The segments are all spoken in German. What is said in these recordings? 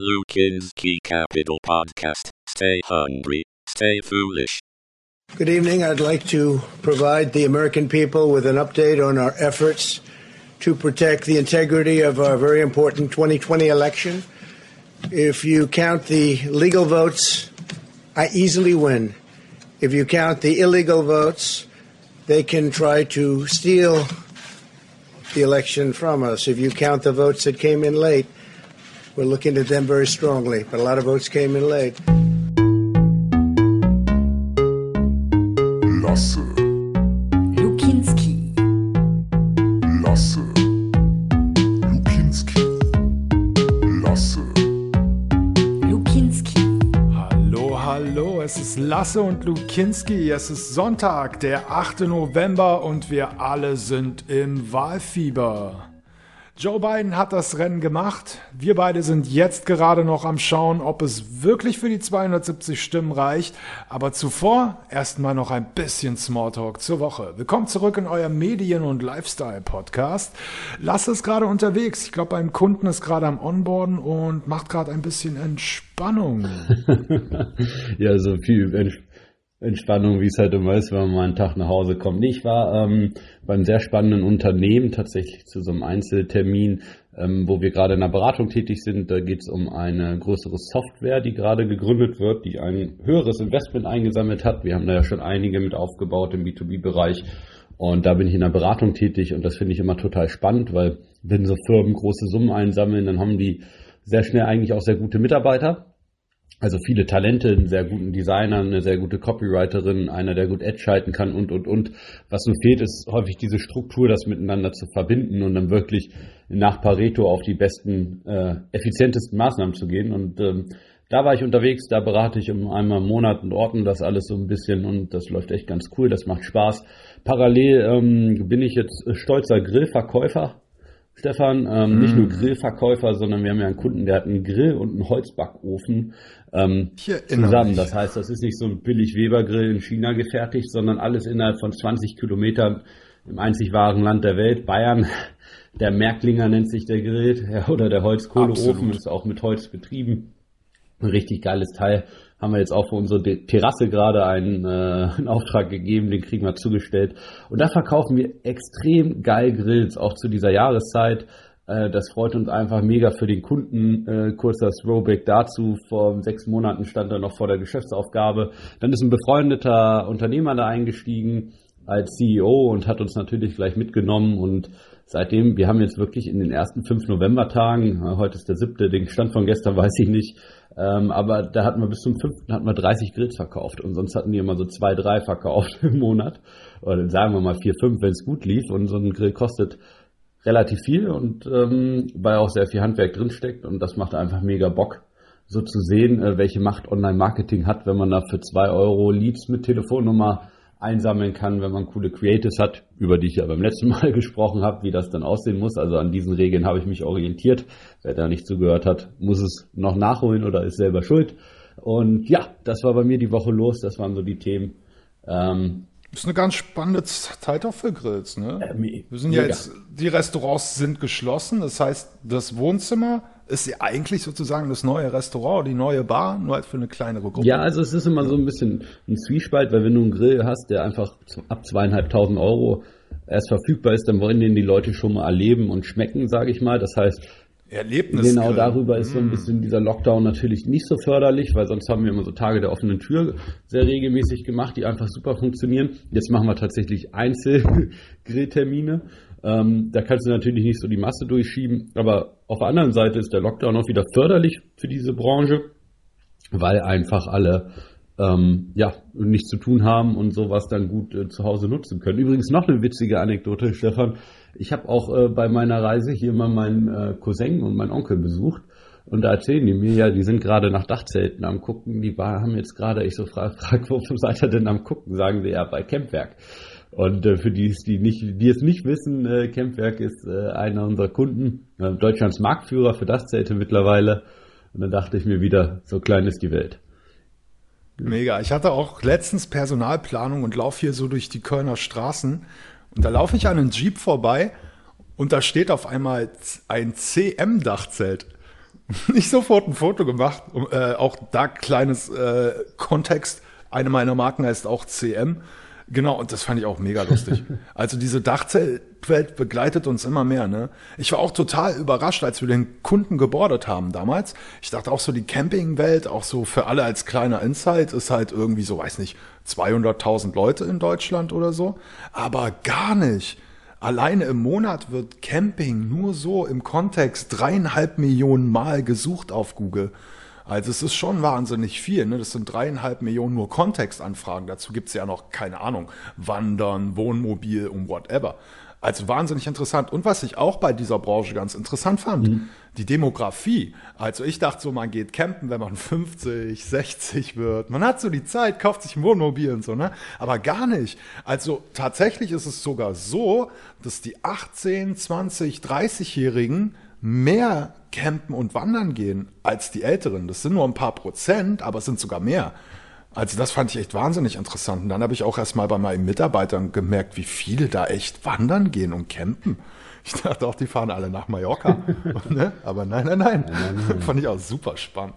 Lukinski Capital Podcast. Stay hungry, stay foolish. Good evening. I'd like to provide the American people with an update on our efforts to protect the integrity of our very important 2020 election. If you count the legal votes, I easily win. If you count the illegal votes, they can try to steal the election from us. If you count the votes that came in late, we're looking at them very strongly. But a lot of votes came in late. Lasse. Lukinski. Lasse. Lukinski. Lasse. Lukinski. Hallo, es ist Lasse und Lukinski. Es ist Sonntag, der 8. November und wir alle sind im Wahlfieber. Joe Biden hat das Rennen gemacht. Wir beide sind jetzt gerade noch am Schauen, ob es wirklich für die 270 Stimmen reicht. Aber zuvor erstmal noch ein bisschen Smalltalk zur Woche. Willkommen zurück in eurem Medien- und Lifestyle-Podcast. Lasse ist gerade unterwegs. Ich glaube, beim Kunden ist gerade am Onboarden und macht gerade ein bisschen Entspannung. Ja, so viel Entspannung, wie es halt immer ist, wenn man mal einen Tag nach Hause kommt. Nee, ich war beim sehr spannenden Unternehmen tatsächlich zu so einem Einzeltermin, wo wir gerade in der Beratung tätig sind. Da geht es um eine größere Software, die gerade gegründet wird, die ein höheres Investment eingesammelt hat. Wir haben da ja schon einige mit aufgebaut im B2B-Bereich. Und da bin ich in der Beratung tätig und das finde ich immer total spannend, weil wenn so Firmen große Summen einsammeln, dann haben die sehr schnell eigentlich auch sehr gute Mitarbeiter. Also viele Talente, einen sehr guten Designer, eine sehr gute Copywriterin, einer, der gut Ad schalten kann und. Was nun fehlt, ist häufig diese Struktur, das miteinander zu verbinden und dann wirklich nach Pareto auf die besten, effizientesten Maßnahmen zu gehen. Und da war ich unterwegs, da berate ich einmal im Monat und ordne das alles so ein bisschen und das läuft echt ganz cool, das macht Spaß. Parallel bin ich jetzt stolzer Grillverkäufer. Stefan, nicht nur Grillverkäufer, sondern wir haben ja einen Kunden, der hat einen Grill und einen Holzbackofen zusammen. Das heißt, das ist nicht so ein billig Weber-Grill in China gefertigt, sondern alles innerhalb von 20 Kilometern im einzig wahren Land der Welt, Bayern. Der Märklinger nennt sich der Grill, ja, oder der Holzkohleofen, ist auch mit Holz betrieben. Ein richtig geiles Teil. Haben wir jetzt auch für unsere Terrasse gerade einen Auftrag gegeben, den kriegen wir zugestellt. Und da verkaufen wir extrem geil Grills, auch zu dieser Jahreszeit. Das freut uns einfach mega für den Kunden. Kurzer Throwback dazu, vor 6 Monaten stand er noch vor der Geschäftsaufgabe. Dann ist ein befreundeter Unternehmer da eingestiegen als CEO und hat uns natürlich gleich mitgenommen und seitdem, wir haben jetzt wirklich in den ersten 5 Novembertagen, heute ist der 7., den Stand von gestern weiß ich nicht, aber da hatten wir bis zum 5. hatten wir 30 Grills verkauft und sonst hatten die immer so 2, 3 verkauft im Monat oder dann sagen wir mal 4, 5, wenn es gut lief und so ein Grill kostet relativ viel und weil auch sehr viel Handwerk drinsteckt und das macht einfach mega Bock, so zu sehen, welche Macht Online-Marketing hat, wenn man da für 2 Euro Leads mit Telefonnummer einsammeln kann, wenn man coole Creatives hat, über die ich ja beim letzten Mal gesprochen habe, wie das dann aussehen muss. Also an diesen Regeln habe ich mich orientiert. Wer da nicht zugehört hat, muss es noch nachholen oder ist selber schuld. Und ja, das war bei mir die Woche los. Das waren so die Themen. Ist eine ganz spannende Zeit auch für Grills, ne? Wir sind ja jetzt, die Restaurants sind geschlossen. Das heißt, das Wohnzimmer ist ja eigentlich sozusagen das neue Restaurant, die neue Bar, nur halt für eine kleinere Gruppe. Ja, also es ist immer so ein bisschen ein Zwiespalt, weil wenn du einen Grill hast, der einfach ab 2.500 Euro erst verfügbar ist, dann wollen den die Leute schon mal erleben und schmecken, sage ich mal. Das heißt, Erlebnis. Genau, darüber ist so ein bisschen dieser Lockdown natürlich nicht so förderlich, weil sonst haben wir immer so Tage der offenen Tür sehr regelmäßig gemacht, die einfach super funktionieren. Jetzt machen wir tatsächlich Einzelgrilltermine. Da kannst du natürlich nicht so die Masse durchschieben, aber auf der anderen Seite ist der Lockdown auch wieder förderlich für diese Branche, weil einfach alle nichts zu tun haben und sowas dann gut zu Hause nutzen können. Übrigens noch eine witzige Anekdote, Stefan. Ich habe auch bei meiner Reise hier mal meinen Cousin und meinen Onkel besucht und da erzählen die mir ja, die sind gerade nach Dachzelten am gucken, haben jetzt gerade, ich so frag, wo seid ihr denn am gucken? Sagen sie ja bei Campwerk. Und für die es nicht wissen, Campwerk ist einer unserer Kunden, Deutschlands Marktführer für Dachzelte mittlerweile. Und dann dachte ich mir wieder, so klein ist die Welt. Mega. Ich hatte auch letztens Personalplanung und laufe hier so durch die Kölner Straßen und da laufe ich an einem Jeep vorbei und da steht auf einmal ein CM-Dachzelt. nicht sofort ein Foto gemacht. Auch da kleines Kontext. Eine meiner Marken heißt auch CM. Genau, und das fand ich auch mega lustig. Also diese Dachzeltwelt begleitet uns immer mehr, ne? Ich war auch total überrascht, als wir den Kunden gebordet haben damals. Ich dachte auch so, die Campingwelt, auch so für alle als kleiner Insight, ist halt irgendwie so, weiß nicht, 200.000 Leute in Deutschland oder so. Aber gar nicht. Alleine im Monat wird Camping nur so im Kontext 3,5 Millionen Mal gesucht auf Google. Also es ist schon wahnsinnig viel, ne? Das sind 3,5 Millionen nur Kontextanfragen. Dazu gibt's ja noch, keine Ahnung, Wandern, Wohnmobil und whatever. Also wahnsinnig interessant. Und was ich auch bei dieser Branche ganz interessant fand, die Demografie. Also ich dachte so, man geht campen, wenn man 50, 60 wird. Man hat so die Zeit, kauft sich ein Wohnmobil und so, ne? Aber gar nicht. Also tatsächlich ist es sogar so, dass die 18, 20, 30-Jährigen mehr campen und wandern gehen als die Älteren. Das sind nur ein paar Prozent, aber es sind sogar mehr. Also das fand ich echt wahnsinnig interessant. Und dann habe ich auch erst mal bei meinen Mitarbeitern gemerkt, wie viele da echt wandern gehen und campen. Ich dachte auch, die fahren alle nach Mallorca. Ne? Aber nein. Fand ich auch super spannend.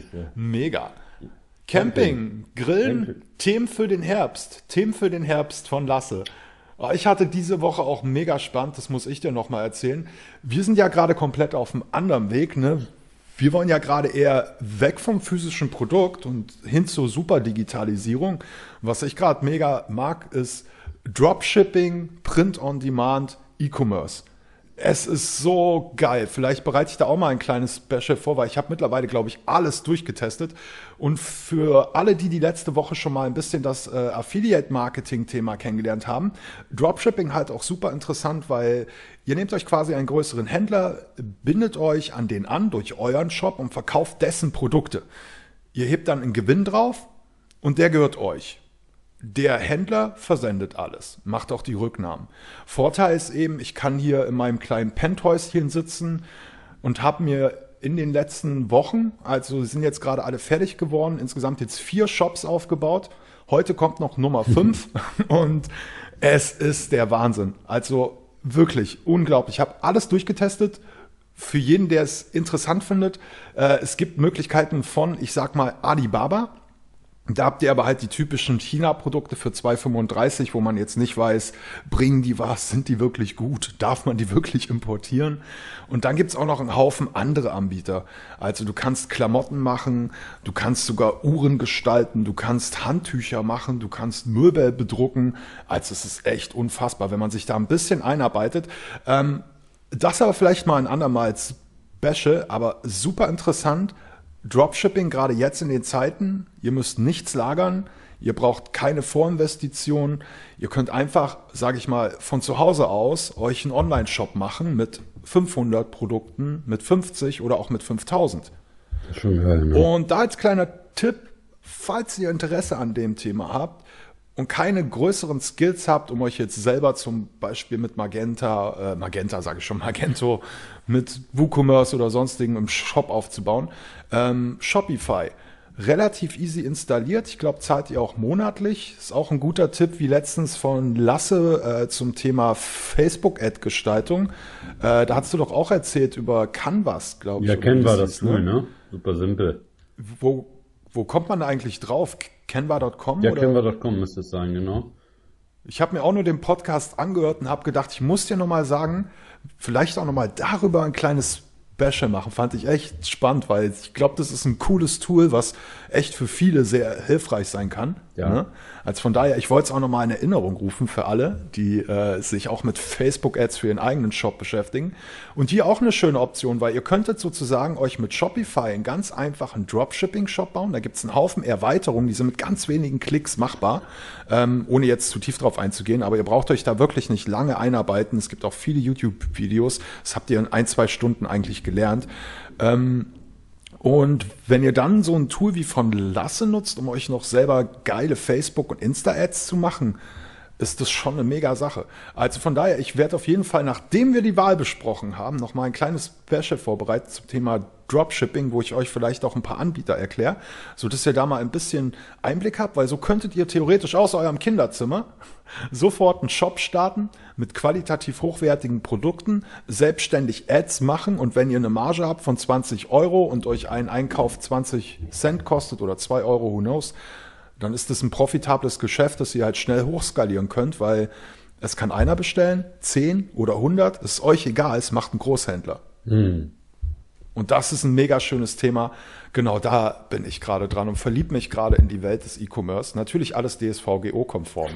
Mega. Camping, Grillen, Themen für den Herbst. Themen für den Herbst von Lasse. Ich hatte diese Woche auch mega spannend, das muss ich dir nochmal erzählen. Wir sind ja gerade komplett auf einem anderen Weg, ne? Wir wollen ja gerade eher weg vom physischen Produkt und hin zur Superdigitalisierung. Was ich gerade mega mag, ist Dropshipping, Print on Demand, E-Commerce. Es ist so geil. Vielleicht bereite ich da auch mal ein kleines Special vor, weil ich habe mittlerweile, glaube ich, alles durchgetestet. Und für alle, die letzte Woche schon mal ein bisschen das Affiliate-Marketing-Thema kennengelernt haben, Dropshipping halt auch super interessant, weil ihr nehmt euch quasi einen größeren Händler, bindet euch an den an durch euren Shop und verkauft dessen Produkte. Ihr hebt dann einen Gewinn drauf und der gehört euch. Der Händler versendet alles, macht auch die Rücknahmen. Vorteil ist eben, ich kann hier in meinem kleinen Penthäuschen sitzen und habe mir in den letzten Wochen, also sind jetzt gerade alle fertig geworden, insgesamt jetzt 4 Shops aufgebaut. Heute kommt noch Nummer 5 und es ist der Wahnsinn. Also wirklich unglaublich. Ich habe alles durchgetestet. Für jeden, der es interessant findet, es gibt Möglichkeiten von, ich sag mal, Alibaba. Da habt ihr aber halt die typischen China-Produkte für 2,35, wo man jetzt nicht weiß, bringen die was, sind die wirklich gut, darf man die wirklich importieren? Und dann gibt's auch noch einen Haufen andere Anbieter. Also du kannst Klamotten machen, du kannst sogar Uhren gestalten, du kannst Handtücher machen, du kannst Möbel bedrucken. Also es ist echt unfassbar, wenn man sich da ein bisschen einarbeitet. Das aber vielleicht mal ein andermal Special, aber super interessant. Dropshipping, gerade jetzt in den Zeiten, ihr müsst nichts lagern, ihr braucht keine Vorinvestition, ihr könnt einfach, sage ich mal, von zu Hause aus euch einen Online-Shop machen mit 500 Produkten, mit 50 oder auch mit 5000. Das ist schon geil, ne? Und da als kleiner Tipp, falls ihr Interesse an dem Thema habt und keine größeren Skills habt, um euch jetzt selber zum Beispiel mit Magento, mit WooCommerce oder sonstigen im Shop aufzubauen, Shopify. Relativ easy installiert. Ich glaube, zahlt ihr auch monatlich. Ist auch ein guter Tipp, wie letztens von Lasse zum Thema Facebook-Ad-Gestaltung. Da hast du doch auch erzählt über Canvas, glaube ich. Ja, Canva, das Tool, ne? Super simpel. Wo kommt man da eigentlich drauf? Canva.com? Ja, oder? Canva.com müsste es sein, genau. Ich habe mir auch nur den Podcast angehört und habe gedacht, ich muss dir nochmal sagen, vielleicht auch nochmal darüber ein kleines Special machen. Fand ich echt spannend, weil ich glaube, das ist ein cooles Tool, was echt für viele sehr hilfreich sein kann. Ja. Ne? Also von daher, ich wollte es auch nochmal in Erinnerung rufen für alle, die sich auch mit Facebook-Ads für ihren eigenen Shop beschäftigen. Und hier auch eine schöne Option, weil ihr könntet sozusagen euch mit Shopify einen ganz einfachen Dropshipping-Shop bauen. Da gibt es einen Haufen Erweiterungen, die sind mit ganz wenigen Klicks machbar, ohne jetzt zu tief drauf einzugehen. Aber ihr braucht euch da wirklich nicht lange einarbeiten. Es gibt auch viele YouTube-Videos. Das habt ihr in 1-2 Stunden eigentlich gelernt. Und wenn ihr dann so ein Tool wie von Lasse nutzt, um euch noch selber geile Facebook- und Insta-Ads zu machen, ist das schon eine mega Sache. Also von daher, ich werde auf jeden Fall, nachdem wir die Wahl besprochen haben, noch mal ein kleines Special vorbereitet zum Thema Dropshipping, wo ich euch vielleicht auch ein paar Anbieter erkläre, sodass ihr da mal ein bisschen Einblick habt, weil so könntet ihr theoretisch aus eurem Kinderzimmer sofort einen Shop starten mit qualitativ hochwertigen Produkten, selbstständig Ads machen und wenn ihr eine Marge habt von 20 Euro und euch ein Einkauf 20 Cent kostet oder 2 Euro, who knows, dann ist das ein profitables Geschäft, das ihr halt schnell hochskalieren könnt, weil es kann einer bestellen, 10 oder 100, ist euch egal, es macht ein Großhändler. Und das ist ein mega schönes Thema. Genau da bin ich gerade dran und verliebe mich gerade in die Welt des E-Commerce. Natürlich alles DSVGO-konform.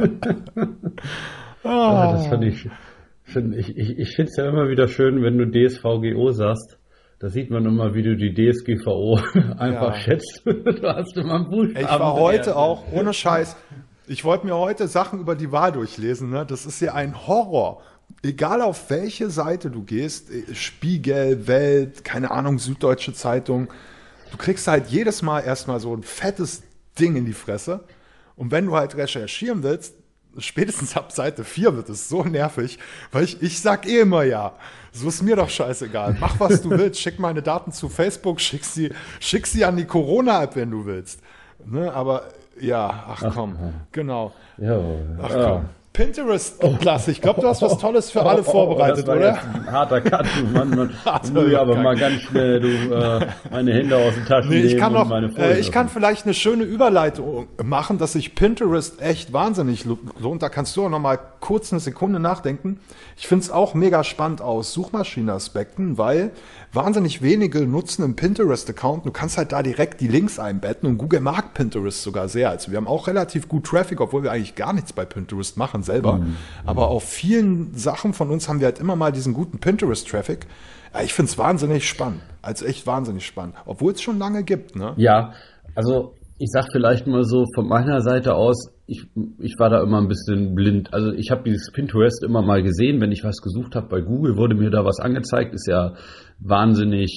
Das fand ich finde es ja immer wieder schön, wenn du DSVGO sagst. Da sieht man immer, wie du die DSGVO einfach schätzt. Du hast immer einen Buchstaben. Ich war heute auch, ohne Scheiß, ich wollte mir heute Sachen über die Wahl durchlesen. Ne? Das ist ja ein Horror. Egal auf welche Seite du gehst, Spiegel, Welt, keine Ahnung, Süddeutsche Zeitung, du kriegst halt jedes Mal erstmal so ein fettes Ding in die Fresse. Und wenn du halt recherchieren willst, spätestens ab Seite 4 wird es so nervig, weil ich sag eh immer ja. So ist mir doch scheißegal. Mach, was du willst. Schick meine Daten zu Facebook, schick sie an die Corona-App, wenn du willst. Ne, aber ja, ach komm, genau. Ja, ach komm. Pinterest, Klasse. Ich glaube, du hast was Tolles für alle vorbereitet, das war oder? Jetzt ein harter Cut, du Mann. Aber mal ganz schnell, meine Hände aus den Taschen Nee, nehmen ich kann vielleicht eine schöne Überleitung machen, dass sich Pinterest echt wahnsinnig lohnt. Da kannst du auch noch mal kurz eine Sekunde nachdenken. Ich finde es auch mega spannend aus Suchmaschinenaspekten, weil wahnsinnig wenige nutzen einen Pinterest-Account. Du kannst halt da direkt die Links einbetten und Google mag Pinterest sogar sehr. Also wir haben auch relativ gut Traffic, obwohl wir eigentlich gar nichts bei Pinterest machen selber. Aber auf vielen Sachen von uns haben wir halt immer mal diesen guten Pinterest-Traffic. Ja, ich finde es wahnsinnig spannend. Also echt wahnsinnig spannend. Obwohl es schon lange gibt, ne? Ja, also ich sag vielleicht mal so von meiner Seite aus, ich war da immer ein bisschen blind. Also ich habe dieses Pinterest immer mal gesehen, wenn ich was gesucht habe bei Google, wurde mir da was angezeigt, ist ja wahnsinnig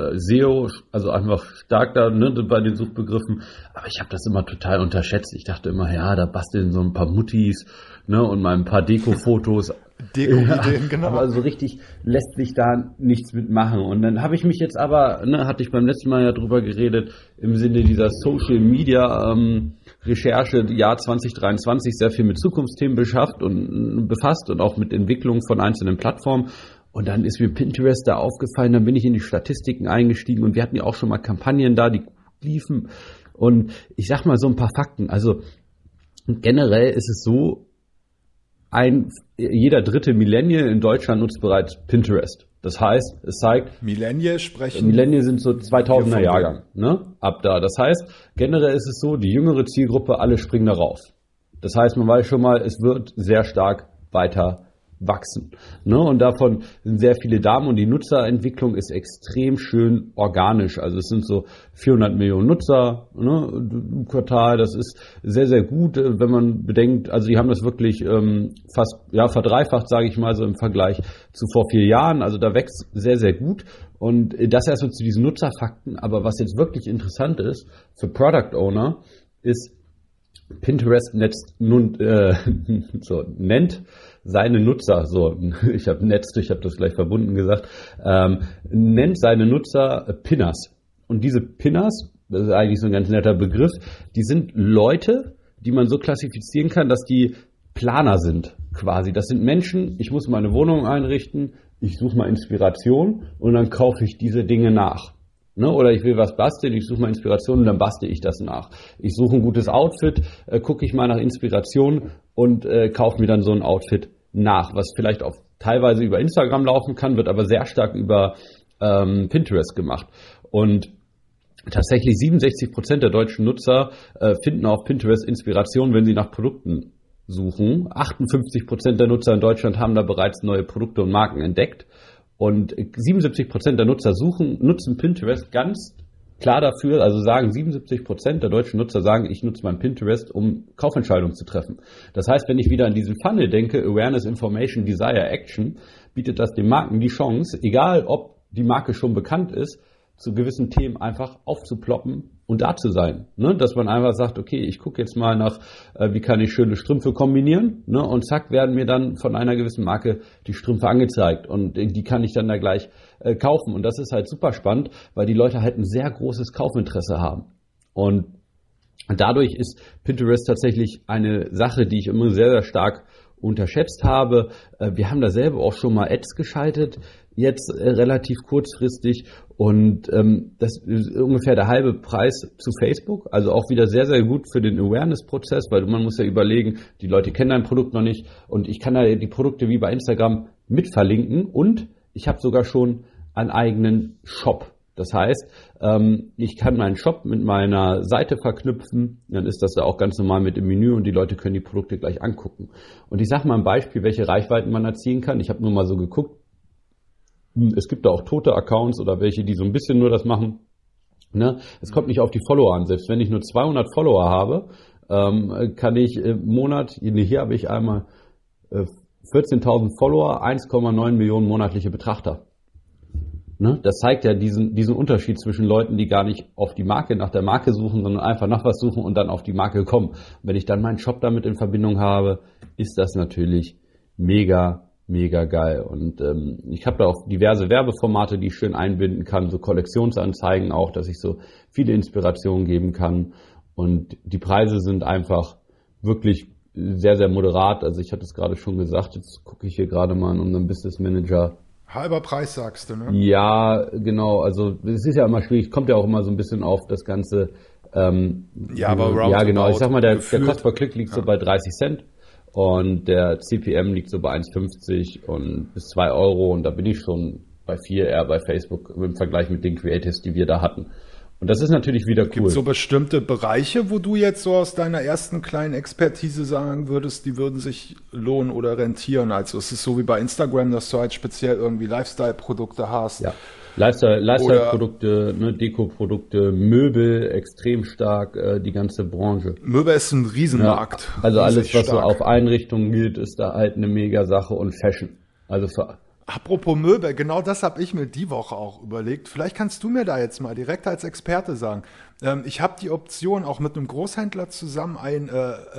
SEO, also einfach stark da, ne, bei den Suchbegriffen. Aber ich habe das immer total unterschätzt. Ich dachte immer, ja, da basteln so ein paar Muttis, ne, und mal ein paar Deko-Fotos. Deko-Ideen, ja, genau. Aber so richtig lässt sich da nichts mitmachen. Und dann habe ich mich jetzt aber, ne, hatte ich beim letzten Mal ja drüber geredet, im Sinne dieser Social Media Recherche Jahr 2023 sehr viel mit Zukunftsthemen befasst und auch mit Entwicklung von einzelnen Plattformen. Und dann ist mir Pinterest da aufgefallen, dann bin ich in die Statistiken eingestiegen und wir hatten ja auch schon mal Kampagnen da, die liefen. Und ich sag mal so ein paar Fakten. Also generell ist es so, jeder dritte Millennial in Deutschland nutzt bereits Pinterest. Das heißt, es zeigt... Millennial sind so 2000er Jahrgang, ne? Ab da. Das heißt, generell ist es so, die jüngere Zielgruppe, alle springen darauf. Das heißt, man weiß schon mal, es wird sehr stark weiter wachsen. Ne? Und davon sind sehr viele Damen und die Nutzerentwicklung ist extrem schön organisch. Also es sind so 400 Millionen Nutzer, ne, im Quartal. Das ist sehr, sehr gut, wenn man bedenkt, also die haben das wirklich fast verdreifacht, sage ich mal, so im Vergleich zu vor 4 Jahren. Also da wächst sehr, sehr gut. Und das erstmal zu diesen Nutzerfakten. Aber was jetzt wirklich interessant ist für Product Owner, ist, Pinterest nennt seine Nutzer, ich habe das gleich verbunden gesagt, nennt seine Nutzer Pinners. Und diese Pinners, das ist eigentlich so ein ganz netter Begriff, die sind Leute, die man so klassifizieren kann, dass die Planer sind quasi. Das sind Menschen, ich muss meine Wohnung einrichten, ich suche mal Inspiration und dann kaufe ich diese Dinge nach. Ne, oder ich will was basteln, ich suche mal Inspiration und dann bastel ich das nach. Ich suche ein gutes Outfit, gucke ich mal nach Inspiration und kaufe mir dann so ein Outfit nach, was vielleicht auch teilweise über Instagram laufen kann, wird aber sehr stark über Pinterest gemacht. Und tatsächlich 67% der deutschen Nutzer finden auf Pinterest Inspiration, wenn sie nach Produkten suchen. 58% der Nutzer in Deutschland haben da bereits neue Produkte und Marken entdeckt. Und 77% der Nutzer nutzen Pinterest ganz klar dafür, also sagen 77% der deutschen Nutzer sagen, ich nutze mein Pinterest, um Kaufentscheidungen zu treffen. Das heißt, wenn ich wieder an diesen Funnel denke, Awareness, Information, Desire, Action, bietet das den Marken die Chance, egal ob die Marke schon bekannt ist, zu gewissen Themen einfach aufzuploppen und da zu sein. Ne? Dass man einfach sagt, okay, ich gucke jetzt mal nach, wie kann ich schöne Strümpfe kombinieren, ne? Und zack, werden mir dann von einer gewissen Marke die Strümpfe angezeigt und die kann ich dann da gleich kaufen. Und das ist halt super spannend, weil die Leute halt ein sehr großes Kaufinteresse haben. Und dadurch ist Pinterest tatsächlich eine Sache, die ich immer sehr, sehr stark unterschätzt habe. Wir haben da selber auch schon mal Ads geschaltet, jetzt relativ kurzfristig, und das ist ungefähr der halbe Preis zu Facebook, also auch wieder sehr, sehr gut für den Awareness-Prozess, weil man muss ja überlegen, die Leute kennen dein Produkt noch nicht und ich kann da die Produkte wie bei Instagram mit verlinken und ich habe sogar schon einen eigenen Shop. Das heißt, ich kann meinen Shop mit meiner Seite verknüpfen, dann ist das da auch ganz normal mit im Menü und die Leute können die Produkte gleich angucken. Und ich sage mal ein Beispiel, welche Reichweiten man erzielen kann. Ich habe nur mal so geguckt, es gibt da auch tote Accounts oder welche, die so ein bisschen nur das machen. Ne? Es kommt nicht auf die Follower an. Selbst wenn ich nur 200 Follower habe, kann ich im Monat, hier habe ich einmal 14.000 Follower, 1,9 Millionen monatliche Betrachter. Ne? Das zeigt ja diesen Unterschied zwischen Leuten, die gar nicht auf die Marke, nach der Marke suchen, sondern einfach nach was suchen und dann auf die Marke kommen. Und wenn ich dann meinen Shop damit in Verbindung habe, ist das natürlich mega, mega geil. Und ich habe da auch diverse Werbeformate, die ich schön einbinden kann, so Kollektionsanzeigen auch, dass ich so viele Inspirationen geben kann. Und die Preise sind einfach wirklich sehr, sehr moderat. Also ich hatte es gerade schon gesagt, jetzt gucke ich hier gerade mal in unserem Business Manager. Halber Preis sagst du, ne? Ja, genau. Also es ist ja immer schwierig, kommt ja auch immer so ein bisschen auf das Ganze. Ja, aber roundabout. Ja, genau. Ich sag mal, der Cost per Klick liegt so bei 30 Cent und der CPM liegt so bei 1,50 und bis 2 Euro und da bin ich schon bei 4 eher bei Facebook im Vergleich mit den Creatives, die wir da hatten. Und das ist natürlich wieder cool. Gibt es so bestimmte Bereiche, wo du jetzt so aus deiner ersten kleinen Expertise sagen würdest, die würden sich lohnen oder rentieren? Also es ist so wie bei Instagram, dass du halt speziell irgendwie Lifestyle-Produkte hast. Ja, Lifestyle-Produkte, ne, Deko-Produkte, Möbel extrem stark, die ganze Branche. Möbel ist ein Riesenmarkt. Ja, also alles, was so auf Einrichtungen gilt, ist da halt eine Mega-Sache und Fashion. Also für Apropos Möbel, genau das habe ich mir die Woche auch überlegt. Vielleicht kannst du mir da jetzt mal direkt als Experte sagen. Ich habe die Option, auch mit einem Großhändler zusammen ein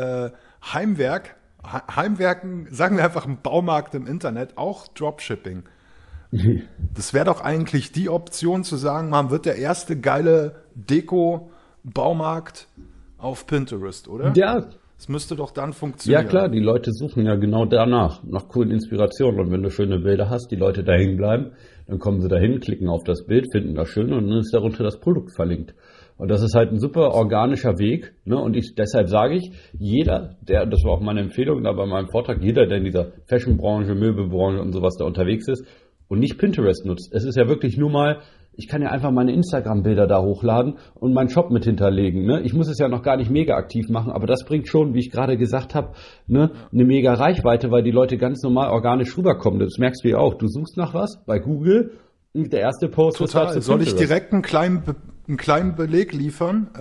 Heimwerken, sagen wir einfach einen Baumarkt im Internet, auch Dropshipping. Das wäre doch eigentlich die Option zu sagen, man wird der erste geile Deko-Baumarkt auf Pinterest, oder? Ja. Das müsste doch dann funktionieren. Ja klar, die Leute suchen ja genau danach, nach coolen Inspirationen. Und wenn du schöne Bilder hast, die Leute da hängen bleiben, dann kommen sie dahin, klicken auf das Bild, finden das schön und dann ist darunter das Produkt verlinkt. Und das ist halt ein super organischer Weg. Ne? Und deshalb sage ich, jeder, das war auch meine Empfehlung da bei meinem Vortrag, jeder, der in dieser Fashion-Branche, Möbelbranche und sowas da unterwegs ist und nicht Pinterest nutzt. Es ist ja wirklich nur mal, ich kann ja einfach meine Instagram-Bilder da hochladen und meinen Shop mit hinterlegen. Ne? Ich muss es ja noch gar nicht mega aktiv machen, aber das bringt schon, wie ich gerade gesagt habe, ne, eine mega Reichweite, weil die Leute ganz normal organisch rüberkommen. Das merkst du ja auch. Du suchst nach was bei Google und der erste Post ist halt zu Soll ich Pinterest. direkt einen kleinen Beleg liefern?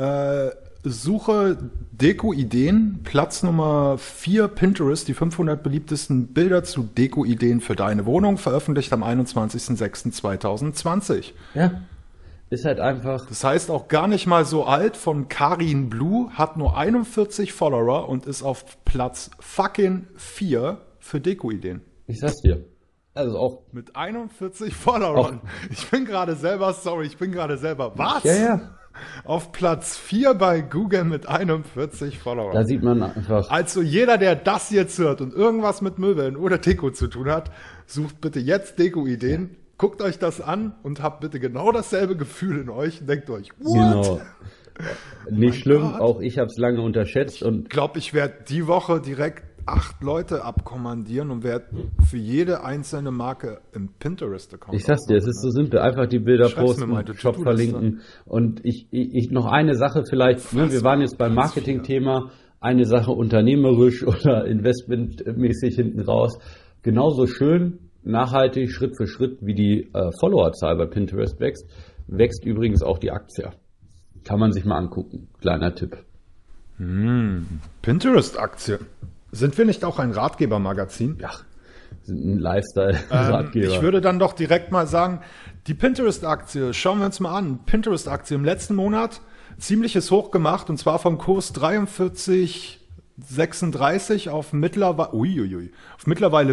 Suche Deko-Ideen, Platz Nummer 4 Pinterest, die 500 beliebtesten Bilder zu Deko-Ideen für deine Wohnung, veröffentlicht am 21.06.2020. Ja, ist halt einfach. Das heißt auch gar nicht mal so alt, von Karin Blue, hat nur 41 Follower und ist auf Platz fucking 4 für Deko-Ideen. Ich sag's dir. Also auch. Mit 41 Followern. Ich bin gerade selber, was? Ja. Auf Platz 4 bei Google mit 41 Followern. Da sieht man einfach. Also jeder, der das jetzt hört und irgendwas mit Möbeln oder Deko zu tun hat, sucht bitte jetzt Deko-Ideen, guckt euch das an und habt bitte genau dasselbe Gefühl in euch und denkt euch, what? Genau. Nicht schlimm, Gott. Auch ich habe es lange unterschätzt und Ich glaube, ich werde die Woche direkt 8 Leute abkommandieren und werde für jede einzelne Marke im Pinterest-Account. ich sag's dir, es ist so simpel, einfach die Bilder Schreib's mir mal, posten, du Shop tust verlinken und ich noch eine Sache vielleicht, ne, wir waren jetzt beim Marketing-Thema, eine Sache unternehmerisch oder investmentmäßig hinten raus, genauso schön, nachhaltig, Schritt für Schritt, wie die Followerzahl bei Pinterest wächst übrigens auch die Aktie. Kann man sich mal angucken, kleiner Tipp. Pinterest-Aktie. Sind wir nicht auch ein Ratgebermagazin? Ja, sind ein Lifestyle-Ratgeber. Ich würde dann doch direkt mal sagen, die Pinterest-Aktie, schauen wir uns mal an. Pinterest-Aktie im letzten Monat ziemliches Hoch gemacht, und zwar vom Kurs 43,36 auf mittlerweile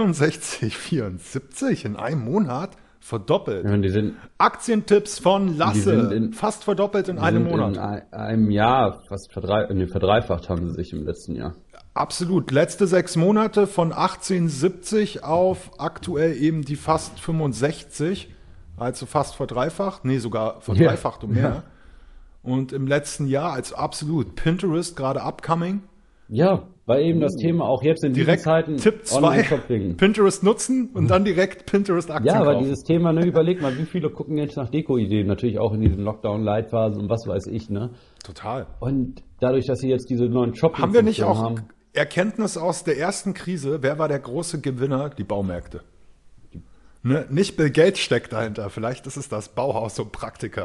64,74 in einem Monat. Verdoppelt. Ja, die sind, Aktientipps von Lasse. Fast verdoppelt in einem Monat. In einem Jahr fast verdreifacht haben sie sich im letzten Jahr. Absolut. Letzte 6 Monate von 18,70 auf aktuell eben die fast 65. Also fast verdreifacht. Nee, sogar verdreifacht und mehr. Ja. Und im letzten Jahr als absolut Pinterest gerade upcoming. Ja, weil eben das Thema auch jetzt in diesen Direkt Zeiten Tipp 2, Pinterest nutzen und dann direkt Pinterest-Aktien Ja, aber kaufen. dieses Thema, ne, überleg mal, wie viele gucken jetzt nach Deko-Ideen, natürlich auch in diesen Lockdown-Leitphasen und was weiß ich, ne? Total. Und dadurch, dass sie jetzt diese neuen Shopping Haben wir nicht auch Erkenntnis aus der ersten Krise? Wer war der große Gewinner? Die Baumärkte. Ne? Nicht Bill Gates steckt dahinter. Vielleicht ist es das Bauhaus und Praktiker.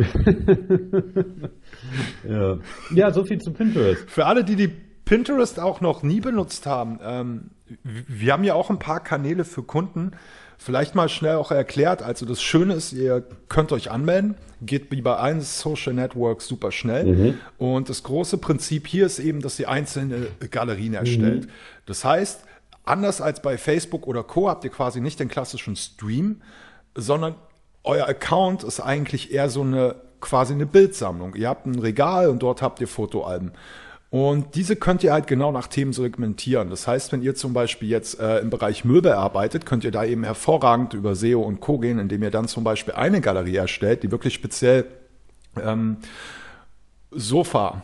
Ja, so viel zu Pinterest. Für alle, die Pinterest auch noch nie benutzt haben, wir haben ja auch ein paar Kanäle für Kunden. Vielleicht mal schnell auch erklärt. Also das Schöne ist, ihr könnt euch anmelden. Geht wie bei allen Social Networks super schnell. Und das große Prinzip hier ist eben, dass ihr einzelne Galerien erstellt. Das heißt, anders als bei Facebook oder Co. habt ihr quasi nicht den klassischen Stream, sondern euer Account ist eigentlich eher so quasi eine Bildsammlung. Ihr habt ein Regal und dort habt ihr Fotoalben. Und diese könnt ihr halt genau nach Themen segmentieren. Das heißt, wenn ihr zum Beispiel jetzt im Bereich Möbel arbeitet, könnt ihr da eben hervorragend über SEO und Co. gehen, indem ihr dann zum Beispiel eine Galerie erstellt, die wirklich speziell Sofa,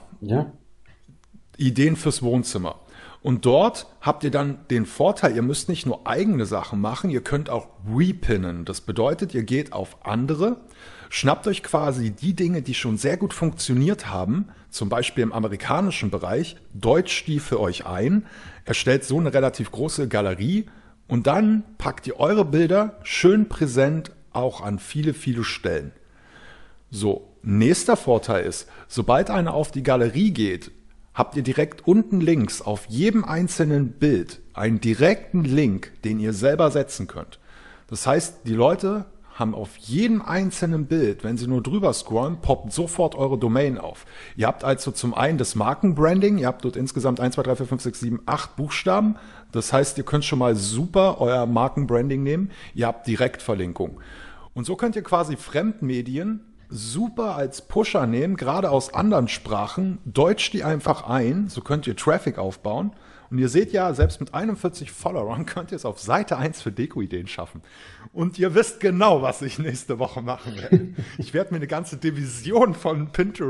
Ideen fürs Wohnzimmer. Und dort habt ihr dann den Vorteil, ihr müsst nicht nur eigene Sachen machen, ihr könnt auch repinnen. Das bedeutet, ihr geht auf andere, schnappt euch quasi die Dinge, die schon sehr gut funktioniert haben, zum Beispiel im amerikanischen Bereich, deutscht die für euch ein, erstellt so eine relativ große Galerie und dann packt ihr eure Bilder schön präsent auch an viele, viele Stellen. So, nächster Vorteil ist, sobald einer auf die Galerie geht, habt ihr direkt unten links auf jedem einzelnen Bild einen direkten Link, den ihr selber setzen könnt. Das heißt, die Leute haben auf jedem einzelnen Bild, wenn sie nur drüber scrollen, poppt sofort eure Domain auf. Ihr habt also zum einen das Markenbranding, ihr habt dort insgesamt 1, 2, 3, 4, 5, 6, 7, 8 Buchstaben. Das heißt, ihr könnt schon mal super euer Markenbranding nehmen. Ihr habt Direktverlinkung. Und so könnt ihr quasi Fremdmedien super als Pusher nehmen, gerade aus anderen Sprachen, deutscht die einfach ein, so könnt ihr Traffic aufbauen. Und ihr seht ja, selbst mit 41 Followern könnt ihr es auf Seite 1 für Deko-Ideen schaffen. Und ihr wisst genau, was ich nächste Woche machen werde. Ich werde mir eine ganze Division von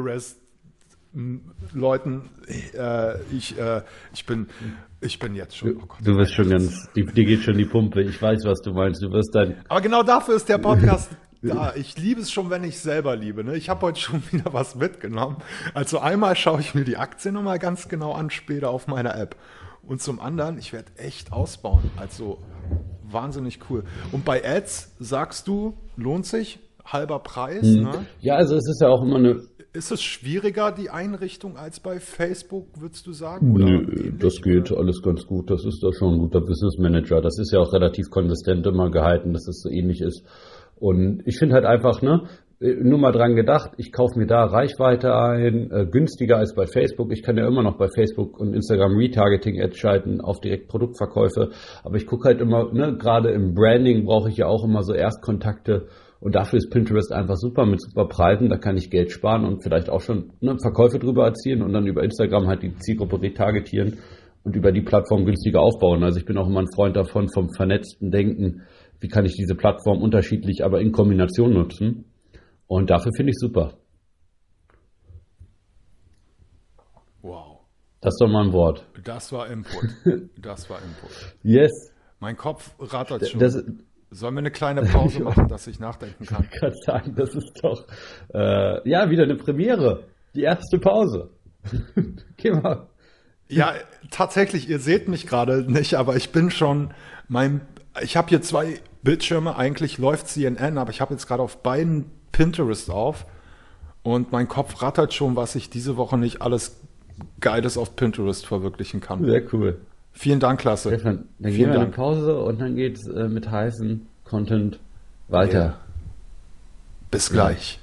Pinterest-Leuten, ich bin jetzt schon, oh Gott, Du bist schon dir geht schon die Pumpe, ich weiß, was du meinst, du wirst dann... Aber genau dafür ist der Podcast da. Ich liebe es schon, wenn ich es selber liebe. Ne? Ich habe heute schon wieder was mitgenommen. Also einmal schaue ich mir die Aktien nochmal ganz genau an, später auf meiner App. Und zum anderen, ich werde echt ausbauen. Also wahnsinnig cool. Und bei Ads sagst du, lohnt sich, halber Preis. Ne? Ja, also es ist ja auch immer eine... Ist es schwieriger, die Einrichtung, als bei Facebook, würdest du sagen? Nö, das geht alles ganz gut. Das ist da schon ein guter Business Manager. Das ist ja auch relativ konsistent immer gehalten, dass es so ähnlich ist. Und ich finde halt einfach, nur mal dran gedacht, ich kaufe mir da Reichweite ein, günstiger als bei Facebook. Ich kann ja immer noch bei Facebook und Instagram Retargeting-Ads schalten auf Direktproduktverkäufe. Aber ich gucke halt immer, gerade im Branding brauche ich ja auch immer so Erstkontakte. Und dafür ist Pinterest einfach super mit super Preisen. Da kann ich Geld sparen und vielleicht auch schon Verkäufe drüber erzielen und dann über Instagram halt die Zielgruppe retargetieren und über die Plattform günstiger aufbauen. Also ich bin auch immer ein Freund davon, vom vernetzten Denken. Wie kann ich diese Plattform unterschiedlich, aber in Kombination nutzen? Und dafür finde ich super. Wow. Das ist doch mal ein Wort. Das war Input. Das war Input. Yes. Mein Kopf rattert schon. Sollen wir eine kleine Pause machen, dass ich nachdenken kann? Ich kann sagen, das ist doch wieder eine Premiere. Die erste Pause. Geh mal. Ja, tatsächlich, ihr seht mich gerade nicht, aber ich bin schon ich habe hier 2 Bildschirme, eigentlich läuft CNN, aber ich habe jetzt gerade auf beiden Pinterest auf und mein Kopf rattert schon, was ich diese Woche nicht alles Geiles auf Pinterest verwirklichen kann. Sehr cool. Vielen Dank, Lasse. Stefan, dann Vielen gehen wir in eine Dank. Pause und dann geht's mit heißen Content weiter. Ja. Bis gleich.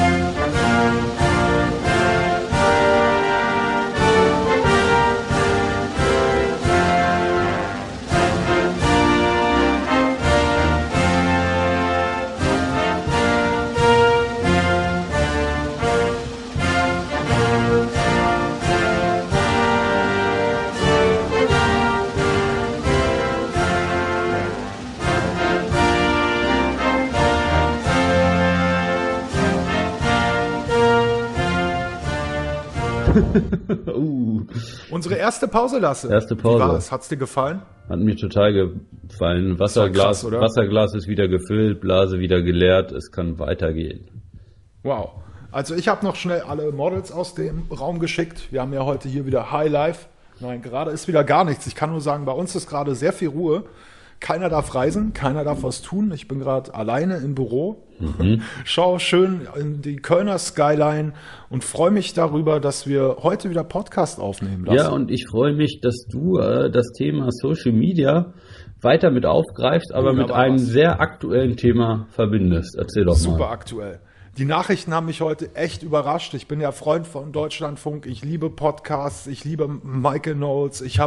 Unsere erste Pause, Lasse. Erste Pause. Wie war's? Hat's dir gefallen? Hat mir total gefallen. Wasserglas, krass, oder? Wasserglas ist wieder gefüllt, Blase wieder geleert, es kann weitergehen. Wow. Also ich habe noch schnell alle Models aus dem Raum geschickt. Wir haben ja heute hier wieder High Life. Nein, gerade ist wieder gar nichts. Ich kann nur sagen, bei uns ist gerade sehr viel Ruhe. Keiner darf reisen, keiner darf was tun. Ich bin gerade alleine im Büro, schaue schön in die Kölner Skyline und freue mich darüber, dass wir heute wieder Podcast aufnehmen lassen. Ja, und ich freue mich, dass du das Thema Social Media weiter mit aufgreifst, aber mit einem sehr aktuellen Thema verbindest. Erzähl doch mal. Super aktuell. Die Nachrichten haben mich heute echt überrascht. Ich bin ja Freund von Deutschlandfunk. Ich liebe Podcasts. Ich liebe Michael Knowles. Ich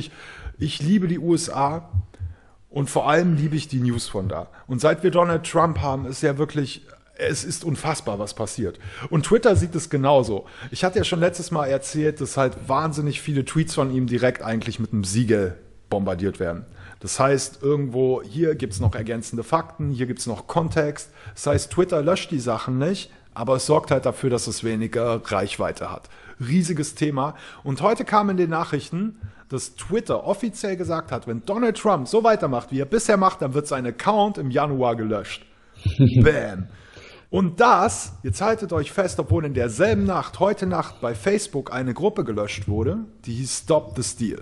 liebe die USA. Und vor allem liebe ich die News von da. Und seit wir Donald Trump haben, ist ja wirklich, es ist unfassbar, was passiert. Und Twitter sieht es genauso. Ich hatte ja schon letztes Mal erzählt, dass halt wahnsinnig viele Tweets von ihm direkt eigentlich mit einem Siegel bombardiert werden. Das heißt, irgendwo, hier gibt's noch ergänzende Fakten, hier gibt's noch Kontext. Das heißt, Twitter löscht die Sachen nicht, aber es sorgt halt dafür, dass es weniger Reichweite hat. Riesiges Thema. Und heute kam in den Nachrichten, dass Twitter offiziell gesagt hat, wenn Donald Trump so weitermacht, wie er bisher macht, dann wird sein Account im Januar gelöscht. Bam. Und das, jetzt haltet euch fest, obwohl in derselben Nacht, heute Nacht bei Facebook eine Gruppe gelöscht wurde, die hieß Stop the Steal.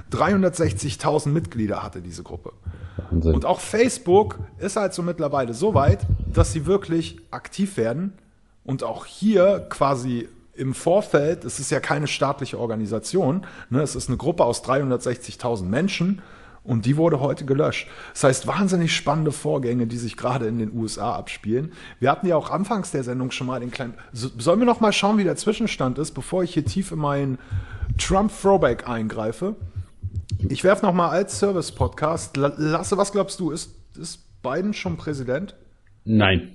360.000 Mitglieder hatte diese Gruppe. Wahnsinn. Und auch Facebook ist halt so mittlerweile so weit, dass sie wirklich aktiv werden und auch hier quasi im Vorfeld, es ist ja keine staatliche Organisation, ne, es ist eine Gruppe aus 360.000 Menschen und die wurde heute gelöscht. Das heißt, wahnsinnig spannende Vorgänge, die sich gerade in den USA abspielen. Wir hatten ja auch anfangs der Sendung schon mal den kleinen... Sollen wir noch mal schauen, wie der Zwischenstand ist, bevor ich hier tief in meinen Trump-Throwback eingreife? Ich werfe noch mal als Service-Podcast. Lasse, was glaubst du, ist Biden schon Präsident? Nein.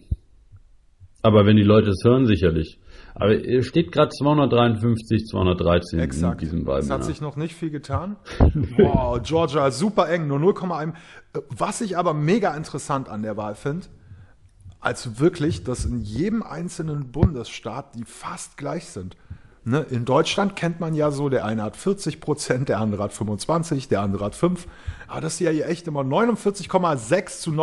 Aber wenn die Leute es hören, sicherlich. Aber es steht gerade 253, 213 Exakt. in diesem Wahlmänner. Es hat sich noch nicht viel getan. Wow, Georgia, super eng, nur 0,1. Was ich aber mega interessant an der Wahl finde, also wirklich, dass in jedem einzelnen Bundesstaat die fast gleich sind. Ne? In Deutschland kennt man ja so, der eine hat 40%, der andere hat 25%, der andere hat 5%. Aber das ist ja hier echt immer 49,6 zu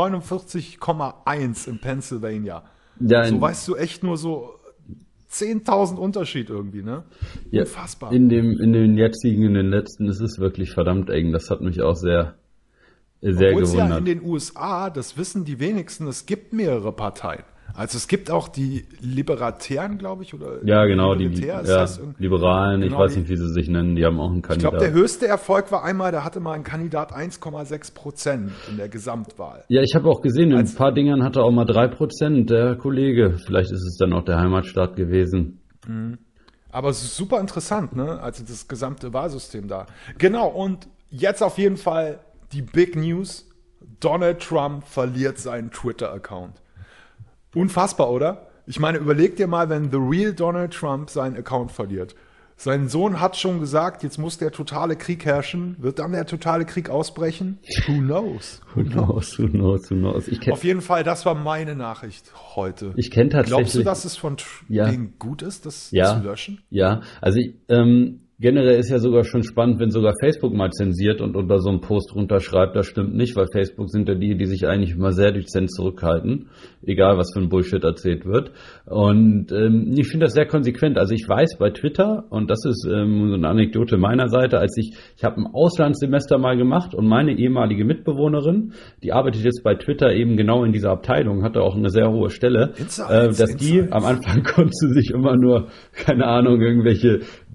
49,1 in Pennsylvania. Ja, so weißt du echt nur so 10.000 Unterschied irgendwie, ne? Ja, Unfassbar. in den letzten ist es wirklich verdammt eng. Das hat mich auch sehr Obwohl es ja gewundert. in den USA, das wissen die wenigsten, es gibt mehrere Parteien. Also es gibt auch die Libertären, glaube ich, oder Ja, genau, die Libertär, das heißt Liberalen, genau, ich weiß nicht, wie sie sich nennen, die haben auch einen ich Kandidat. glaube, der höchste Erfolg war einmal, da hatte mal ein Kandidat 1,6% in der Gesamtwahl. Ja, ich habe auch gesehen, in ein paar Dingern hatte auch mal 3%, der Kollege. Vielleicht ist es dann auch der Heimatstaat gewesen. Aber es ist super interessant, ne? Also das gesamte Wahlsystem da. Genau, und jetzt auf jeden Fall die Big News. Donald Trump verliert seinen Twitter-Account. Unfassbar, oder? Ich meine, überleg dir mal, wenn The Real Donald Trump seinen Account verliert. Sein Sohn hat schon gesagt, jetzt muss der totale Krieg herrschen. Wird dann der totale Krieg ausbrechen? Who knows? Who knows. Auf jeden Fall, das war meine Nachricht heute. Ich kenne tatsächlich... Glaubst du, dass es von denen gut ist, das zu löschen? Ja, also generell ist ja sogar schon spannend, wenn sogar Facebook mal zensiert und unter so einem Post runterschreibt, das stimmt nicht, weil Facebook sind ja die sich eigentlich immer sehr dezent zurückhalten, egal was für ein Bullshit erzählt wird. Und ich finde das sehr konsequent. Also ich weiß bei Twitter, und das ist so eine Anekdote meiner Seite, ich habe ein Auslandssemester mal gemacht und meine ehemalige Mitbewohnerin, die arbeitet jetzt bei Twitter eben genau in dieser Abteilung, hatte auch eine sehr hohe Stelle, die am Anfang konnte sie sich immer nur, keine Ahnung, irgendwelche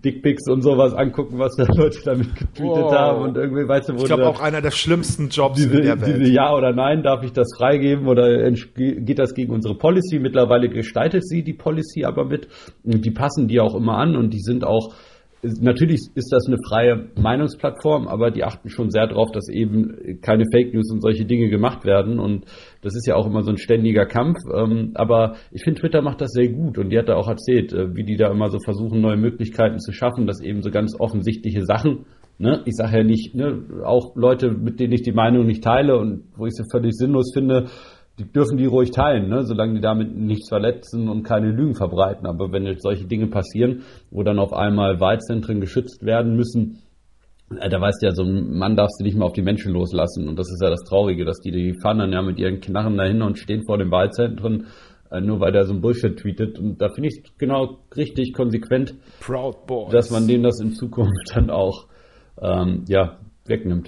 Dickpics und sowas angucken, was da Leute damit getweetet haben und irgendwie, weißt du, wo ich glaube auch einer der schlimmsten Jobs in der Welt. Diese Ja oder Nein, darf ich das freigeben oder geht das gegen unsere Policy? Mittlerweile gestaltet sie die Policy aber mit und die passen die auch immer an und die sind auch, natürlich ist das eine freie Meinungsplattform, aber die achten schon sehr darauf, dass eben keine Fake News und solche Dinge gemacht werden und das ist ja auch immer so ein ständiger Kampf, aber ich finde, Twitter macht das sehr gut und die hat da auch erzählt, wie die da immer so versuchen, neue Möglichkeiten zu schaffen, dass eben so ganz offensichtliche Sachen, ne, ich sage ja nicht, ne, auch Leute, mit denen ich die Meinung nicht teile und wo ich sie völlig sinnlos finde, die dürfen die ruhig teilen, ne, solange die damit nichts verletzen und keine Lügen verbreiten. Aber wenn jetzt solche Dinge passieren, wo dann auf einmal Wahlzentren geschützt werden müssen, da weißt du ja, so ein Mann darfst du nicht mehr auf die Menschen loslassen. Und das ist ja das Traurige, dass die fahren dann ja mit ihren Knarren dahin und stehen vor den Wahlzentren, nur weil der so ein Bullshit tweetet. Und da finde ich es genau richtig konsequent, Proud Boys, dass man denen das in Zukunft dann auch wegnimmt.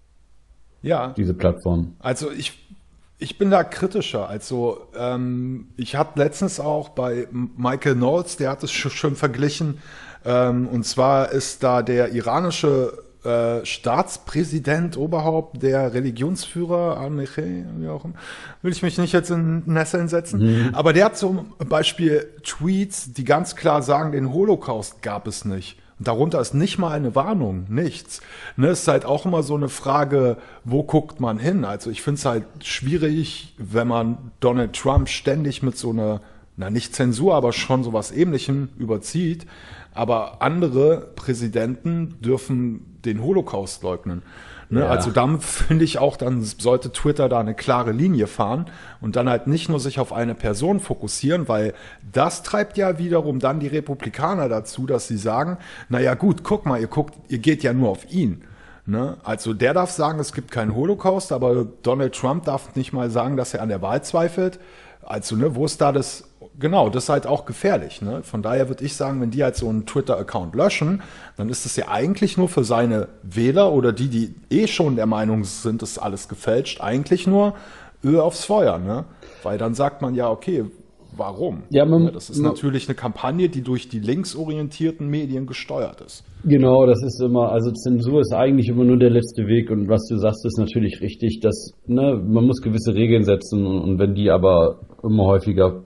Ja. Diese Plattform. Also ich bin da kritischer. Also ich hatte letztens auch bei Michael Knowles, der hat es schön verglichen. Und zwar ist da der iranische Staatspräsident, Oberhaupt, der Religionsführer, Al-Mechei, wie auch immer, will ich mich nicht jetzt in Nesseln setzen. Aber der hat zum Beispiel Tweets, die ganz klar sagen, den Holocaust gab es nicht. Und darunter ist nicht mal eine Warnung, nichts. Ne, es ist halt auch immer so eine Frage, wo guckt man hin? Also ich finde es halt schwierig, wenn man Donald Trump ständig mit so einer, nicht Zensur, aber schon sowas Ähnlichem überzieht. Aber andere Präsidenten dürfen den Holocaust leugnen. Ne? Ja. Also dann finde ich auch, dann sollte Twitter da eine klare Linie fahren und dann halt nicht nur sich auf eine Person fokussieren, weil das treibt ja wiederum dann die Republikaner dazu, dass sie sagen, naja gut, guck mal, ihr geht ja nur auf ihn. Ne? Also der darf sagen, es gibt keinen Holocaust, aber Donald Trump darf nicht mal sagen, dass er an der Wahl zweifelt. Also, ne, wo ist da das? Genau, das ist halt auch gefährlich. Ne? Von daher würde ich sagen, wenn die halt so einen Twitter-Account löschen, dann ist es ja eigentlich nur für seine Wähler oder die schon der Meinung sind, das ist alles gefälscht, eigentlich nur Öl aufs Feuer. Ne? Weil dann sagt man ja, okay, warum? Ja, das ist natürlich eine Kampagne, die durch die linksorientierten Medien gesteuert ist. Genau, das ist immer, also Zensur ist eigentlich immer nur der letzte Weg und was du sagst, ist natürlich richtig, dass, ne, man muss gewisse Regeln setzen und wenn die aber immer häufiger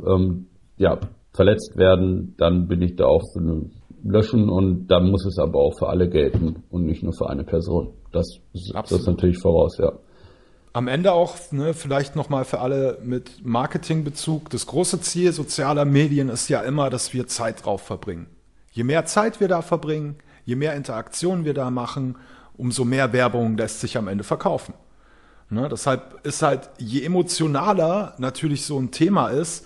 verletzt werden, dann bin ich da auch für eine Löschen und dann muss es aber auch für alle gelten und nicht nur für eine Person. Das ist natürlich voraus, ja. Am Ende auch, ne, vielleicht nochmal für alle mit Marketingbezug, das große Ziel sozialer Medien ist ja immer, dass wir Zeit drauf verbringen. Je mehr Zeit wir da verbringen, je mehr Interaktion wir da machen, umso mehr Werbung lässt sich am Ende verkaufen. Ne, deshalb ist halt, je emotionaler natürlich so ein Thema ist,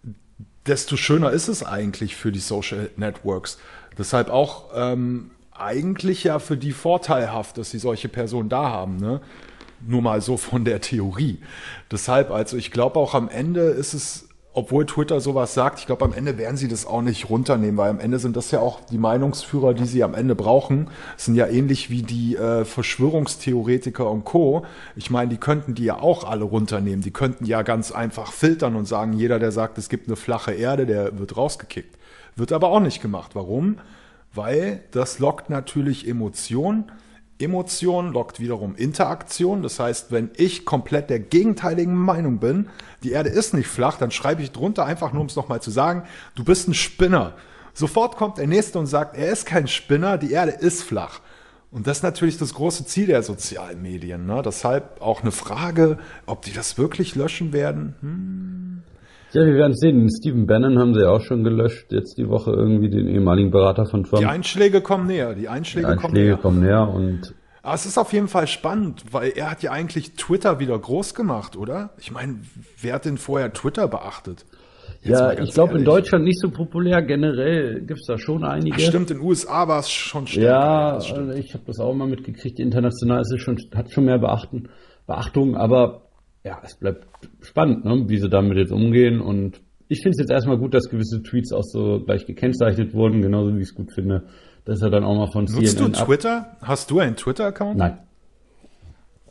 desto schöner ist es eigentlich für die Social Networks. Deshalb auch eigentlich ja für die vorteilhaft, dass sie solche Personen da haben. Ne? Nur mal so von der Theorie. Deshalb, also ich glaube auch am Ende ist es, obwohl Twitter sowas sagt, ich glaube am Ende werden sie das auch nicht runternehmen, weil am Ende sind das ja auch die Meinungsführer, die sie am Ende brauchen, sind ja ähnlich wie die Verschwörungstheoretiker und Co. Ich meine, die könnten die ja auch alle runternehmen. Die könnten ja ganz einfach filtern und sagen, jeder, der sagt, es gibt eine flache Erde, der wird rausgekickt. Wird aber auch nicht gemacht. Warum? Weil das lockt natürlich Emotionen. Emotion lockt wiederum Interaktion. Das heißt, wenn ich komplett der gegenteiligen Meinung bin, die Erde ist nicht flach, dann schreibe ich drunter einfach nur, um es nochmal zu sagen, du bist ein Spinner. Sofort kommt der Nächste und sagt, er ist kein Spinner, die Erde ist flach. Und das ist natürlich das große Ziel der sozialen Medien. Ne? Deshalb auch eine Frage, ob die das wirklich löschen werden. Ja, wir werden es sehen. Stephen Bannon haben sie auch schon gelöscht, jetzt die Woche irgendwie den ehemaligen Berater von Trump. Die Einschläge kommen näher. Die Einschläge kommen näher. Und aber es ist auf jeden Fall spannend, weil er hat ja eigentlich Twitter wieder groß gemacht, oder? Ich meine, wer hat denn vorher Twitter beachtet? Ja, ich glaube in Deutschland nicht so populär. Generell gibt es da schon einige. Ach, stimmt, in den USA war es schon stärker. Ja, ich habe das auch mal mitgekriegt. International ist es hat schon mehr Beachtung, aber ja, es bleibt spannend, ne, wie sie damit jetzt umgehen. Und ich finde es jetzt erstmal gut, dass gewisse Tweets auch so gleich gekennzeichnet wurden, genauso wie ich es gut finde, dass er dann auch mal von CNN. Nutzt du Twitter? Hast du einen Twitter-Account? Nein.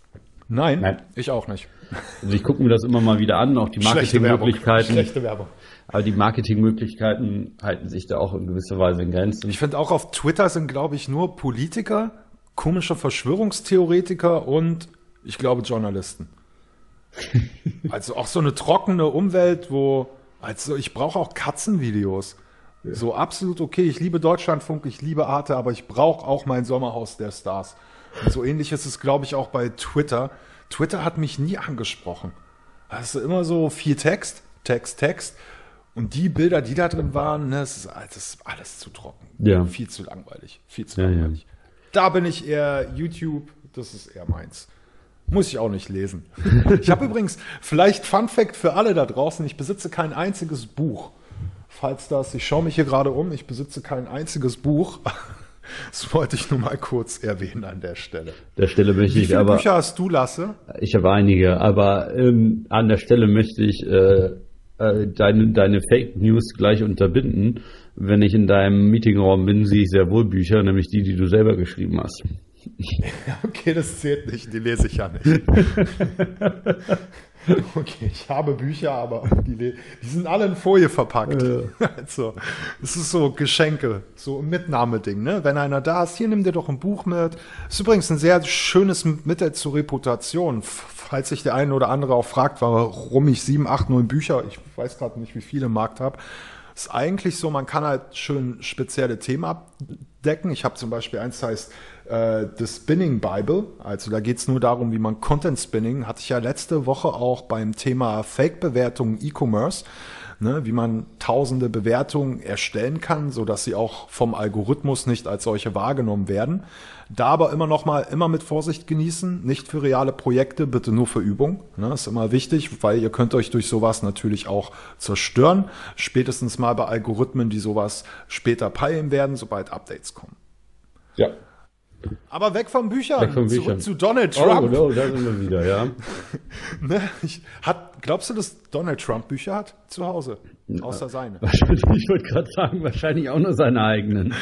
Nein, ich auch nicht. Also ich gucke mir das immer mal wieder an, auch die Marketingmöglichkeiten. Schlechte Werbung. Aber die Marketingmöglichkeiten halten sich da auch in gewisser Weise in Grenzen. Ich finde auch auf Twitter sind, glaube ich, nur Politiker, komische Verschwörungstheoretiker und, ich glaube, Journalisten. Also auch so eine trockene Umwelt, also ich brauche auch Katzenvideos. Ja. So absolut okay, ich liebe Deutschlandfunk, ich liebe Arte, aber ich brauche auch mein Sommerhaus der Stars. Und so ähnlich ist es, glaube ich, auch bei Twitter. Twitter hat mich nie angesprochen. Also immer so viel Text. Und die Bilder, die da drin waren, ne, das ist alles zu trocken. Ja. Viel zu langweilig. Langweilig. Da bin ich eher YouTube, das ist eher meins. Muss ich auch nicht lesen. Ich habe übrigens, vielleicht Fun Fact für alle da draußen, ich besitze kein einziges Buch. Ich schaue mich hier gerade um, ich besitze kein einziges Buch. Das wollte ich nur mal kurz erwähnen an der Stelle. Wie viele Bücher hast du, Lasse? Ich habe einige, aber an der Stelle möchte ich deine Fake News gleich unterbinden. Wenn ich in deinem Meetingraum bin, sehe ich sehr wohl Bücher, nämlich die du selber geschrieben hast. Okay, das zählt nicht, die lese ich ja nicht. Okay, ich habe Bücher, aber die sind alle in Folie verpackt. Also, es ist so Geschenke, so ein Mitnahmeding, ne? Wenn einer da ist, hier nimm dir doch ein Buch mit. Ist übrigens ein sehr schönes Mittel zur Reputation. Falls sich der eine oder andere auch fragt, warum ich 7, 8, 9 Bücher, ich weiß gerade nicht, wie viele im Markt habe. Ist eigentlich so, man kann halt schön spezielle Themen abdecken. Ich habe zum Beispiel eins, das heißt The Spinning Bible. Also da geht es nur darum, wie man Content Spinning, hatte ich ja letzte Woche auch beim Thema Fake-Bewertungen E-Commerce, ne, wie man tausende Bewertungen erstellen kann, sodass sie auch vom Algorithmus nicht als solche wahrgenommen werden. Da aber immer mit Vorsicht genießen, nicht für reale Projekte, bitte nur für Übung. Ne, ist immer wichtig, weil ihr könnt euch durch sowas natürlich auch zerstören. Spätestens mal bei Algorithmen, die sowas später peilen werden, sobald Updates kommen. Ja. Aber weg von Büchern, zurück zu Donald Trump. Oh, da sind wir wieder, ja. Ne, glaubst du, dass Donald Trump Bücher hat zu Hause? Außer seine. Ich wollte gerade sagen, wahrscheinlich auch nur seine eigenen.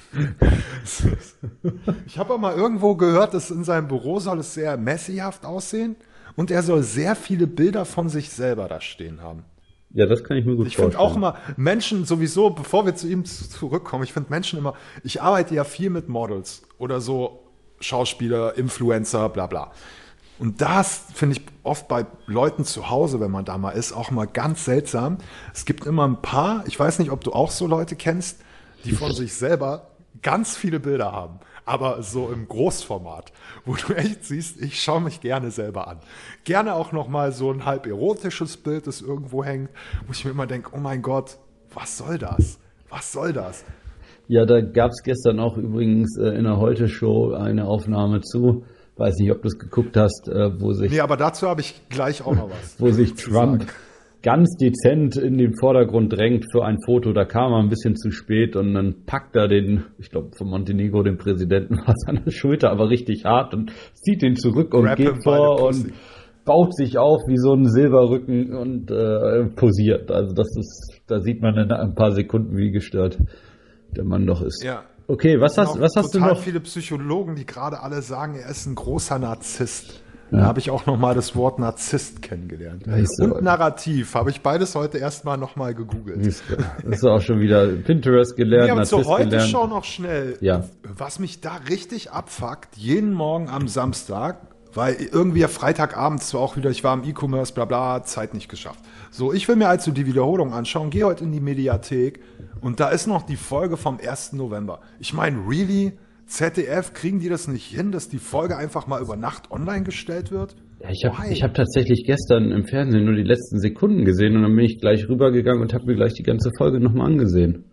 Ich habe auch mal irgendwo gehört, dass in seinem Büro soll es sehr messyhaft aussehen und er soll sehr viele Bilder von sich selber da stehen haben. Ja, das kann ich mir gut vorstellen. Ich finde auch immer Menschen sowieso, bevor wir zu ihm zurückkommen, ich finde Menschen immer, ich arbeite ja viel mit Models oder so Schauspieler, Influencer, bla bla. Und das finde ich oft bei Leuten zu Hause, wenn man da mal ist, auch mal ganz seltsam. Es gibt immer ein paar, ich weiß nicht, ob du auch so Leute kennst, die von sich selber ganz viele Bilder haben, aber so im Großformat, wo du echt siehst, ich schaue mich gerne selber an. Gerne auch noch mal so ein halb erotisches Bild, das irgendwo hängt, wo ich mir immer denke, oh mein Gott, was soll das? Was soll das? Ja, da gab es gestern auch übrigens in der Heute-Show eine Aufnahme zu, weiß nicht, ob du es geguckt hast, wo sich... Nee, aber dazu habe ich gleich auch noch was. Wo sich Trump ganz dezent in den Vordergrund drängt für ein Foto. Da kam er ein bisschen zu spät und dann packt er ich glaube von Montenegro, den Präsidenten, was an der Schulter, aber richtig hart und zieht ihn zurück und geht vor und baut sich auf wie so ein Silberrücken und posiert. Also da sieht man in ein paar Sekunden, wie gestört der Mann doch ist. Ja. Okay, was hast du noch? Total viele Psychologen, die gerade alle sagen, er ist ein großer Narzisst. Da habe ich auch nochmal das Wort Narzisst kennengelernt. Und Narrativ habe ich beides heute erstmal nochmal gegoogelt. Das ist auch schon wieder Pinterest gelernt, aber Narzisst zu heute gelernt. schon noch schnell. Ja. Was mich da richtig abfuckt, jeden Morgen am Samstag, weil irgendwie Freitagabend zwar auch wieder, ich war im E-Commerce, bla bla, Zeit nicht geschafft. So, ich will mir also die Wiederholung anschauen, gehe heute in die Mediathek und da ist noch die Folge vom 1. November. Ich meine, really? ZDF, kriegen die das nicht hin, dass die Folge einfach mal über Nacht online gestellt wird? Ja, ich hab tatsächlich gestern im Fernsehen nur die letzten Sekunden gesehen und dann bin ich gleich rübergegangen und habe mir gleich die ganze Folge nochmal angesehen.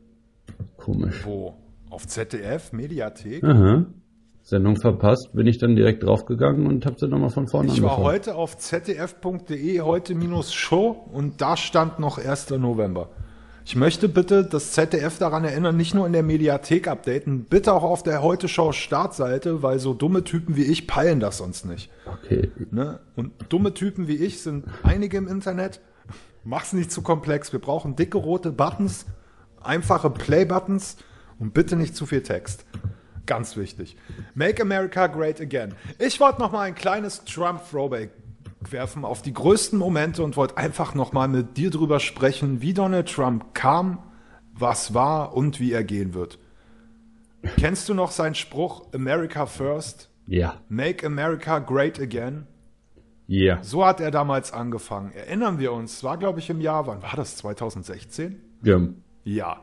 Komisch. Wo? Auf ZDF, Mediathek? Aha. Sendung verpasst, bin ich dann direkt draufgegangen und habe sie nochmal von vorne angefangen. Ich war heute auf zdf.de, heute-show und da stand noch 1. November. Ich möchte bitte das ZDF daran erinnern, nicht nur in der Mediathek updaten, bitte auch auf der Heute-Show-Startseite, weil so dumme Typen wie ich peilen das sonst nicht. Okay. Ne? Und dumme Typen wie ich sind einige im Internet. Mach's nicht zu komplex. Wir brauchen dicke rote Buttons, einfache Play-Buttons und bitte nicht zu viel Text. Ganz wichtig. Make America Great Again. Ich wollte noch mal ein kleines Trump-Throwback werfen auf die größten Momente und wollte einfach noch mal mit dir drüber sprechen, wie Donald Trump kam, was war und wie er gehen wird. Kennst du noch seinen Spruch America First? Ja. Make America Great Again? Ja. So hat er damals angefangen. Erinnern wir uns, war glaube ich im Jahr, wann war das, 2016? Ja. Ja.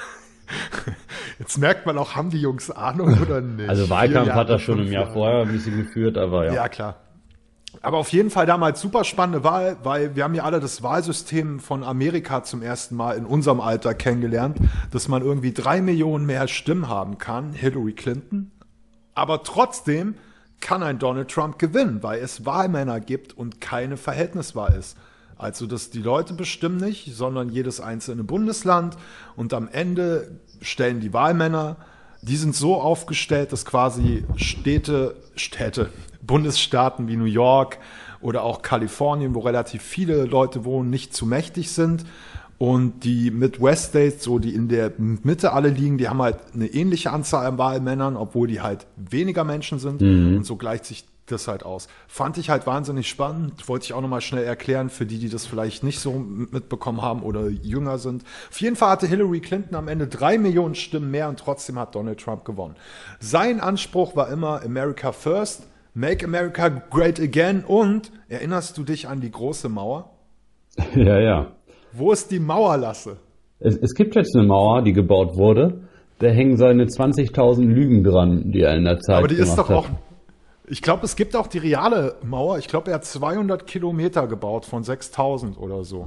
Jetzt merkt man auch, haben die Jungs Ahnung oder nicht? Also Wahlkampf hat er schon 5 im Jahr Jahre. vorher ein bisschen geführt, aber ja. Ja, klar. Aber auf jeden Fall damals super spannende Wahl, weil wir haben ja alle das Wahlsystem von Amerika zum ersten Mal in unserem Alter kennengelernt, dass man irgendwie 3 Millionen mehr Stimmen haben kann, Hillary Clinton. Aber trotzdem kann ein Donald Trump gewinnen, weil es Wahlmänner gibt und keine Verhältniswahl ist. Also, dass die Leute bestimmen nicht, sondern jedes einzelne Bundesland. Und am Ende stellen die Wahlmänner, die sind so aufgestellt, dass quasi Städte, Bundesstaaten wie New York oder auch Kalifornien, wo relativ viele Leute wohnen, nicht zu mächtig sind. Und die Midwest States, so die in der Mitte alle liegen, die haben halt eine ähnliche Anzahl an Wahlmännern, obwohl die halt weniger Menschen sind. Und so gleicht sich das halt aus. Fand ich halt wahnsinnig spannend. Wollte ich auch nochmal schnell erklären für die das vielleicht nicht so mitbekommen haben oder jünger sind. Auf jeden Fall hatte Hillary Clinton am Ende 3 Millionen Stimmen mehr und trotzdem hat Donald Trump gewonnen. Sein Anspruch war immer America First, Make America Great Again und erinnerst du dich an die große Mauer? Ja, ja. Wo ist die Mauer, Lasse? Es gibt jetzt eine Mauer, die gebaut wurde. Da hängen seine 20.000 Lügen dran, die er in der Zeit Aber die ist gemacht doch hat. auch, ich glaube, es gibt auch die reale Mauer. Ich glaube, er hat 200 Kilometer gebaut von 6.000 oder so.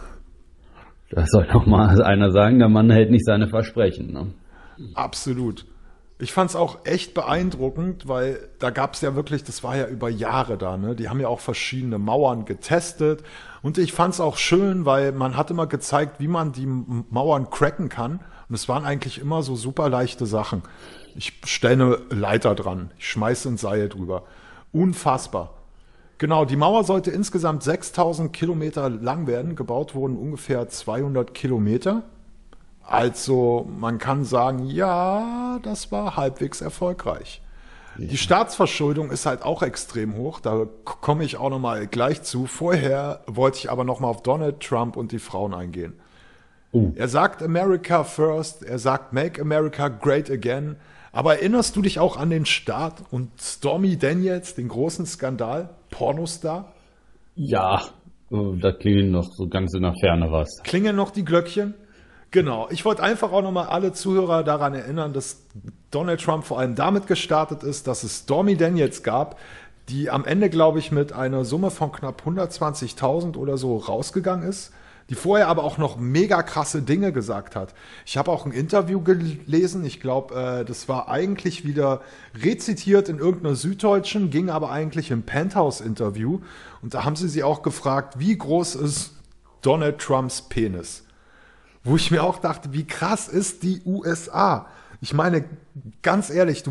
Da soll noch mal einer sagen, der Mann hält nicht seine Versprechen. Ne? Absolut. Ich fand es auch echt beeindruckend, weil da gab es ja wirklich, das war ja über Jahre da, ne? Die haben ja auch verschiedene Mauern getestet. Und ich fand es auch schön, weil man hat immer gezeigt, wie man die Mauern cracken kann. Und es waren eigentlich immer so super leichte Sachen. Ich stelle eine Leiter dran, ich schmeiße ein Seil drüber. Unfassbar. Genau, die Mauer sollte insgesamt 6.000 Kilometer lang werden. Gebaut wurden ungefähr 200 Kilometer. Also man kann sagen, ja, das war halbwegs erfolgreich. Die Staatsverschuldung ist halt auch extrem hoch, da komme ich auch nochmal gleich zu. Vorher wollte ich aber nochmal auf Donald Trump und die Frauen eingehen. Er sagt America First, er sagt Make America Great Again. Aber erinnerst du dich auch an den Start und Stormy Daniels, den großen Skandal, Pornostar? Ja, da klingelt noch so ganz in der Ferne was. Klingeln noch die Glöckchen? Genau, ich wollte einfach auch nochmal alle Zuhörer daran erinnern, dass Donald Trump vor allem damit gestartet ist, dass es Stormy Daniels gab, die am Ende, glaube ich, mit einer Summe von knapp 120.000 oder so rausgegangen ist, die vorher aber auch noch mega krasse Dinge gesagt hat. Ich habe auch ein Interview gelesen, ich glaube, das war eigentlich wieder rezitiert in irgendeiner Süddeutschen, ging aber eigentlich im Penthouse-Interview und da haben sie auch gefragt, wie groß ist Donald Trumps Penis? Wo ich mir auch dachte, wie krass ist die USA? Ich meine, ganz ehrlich,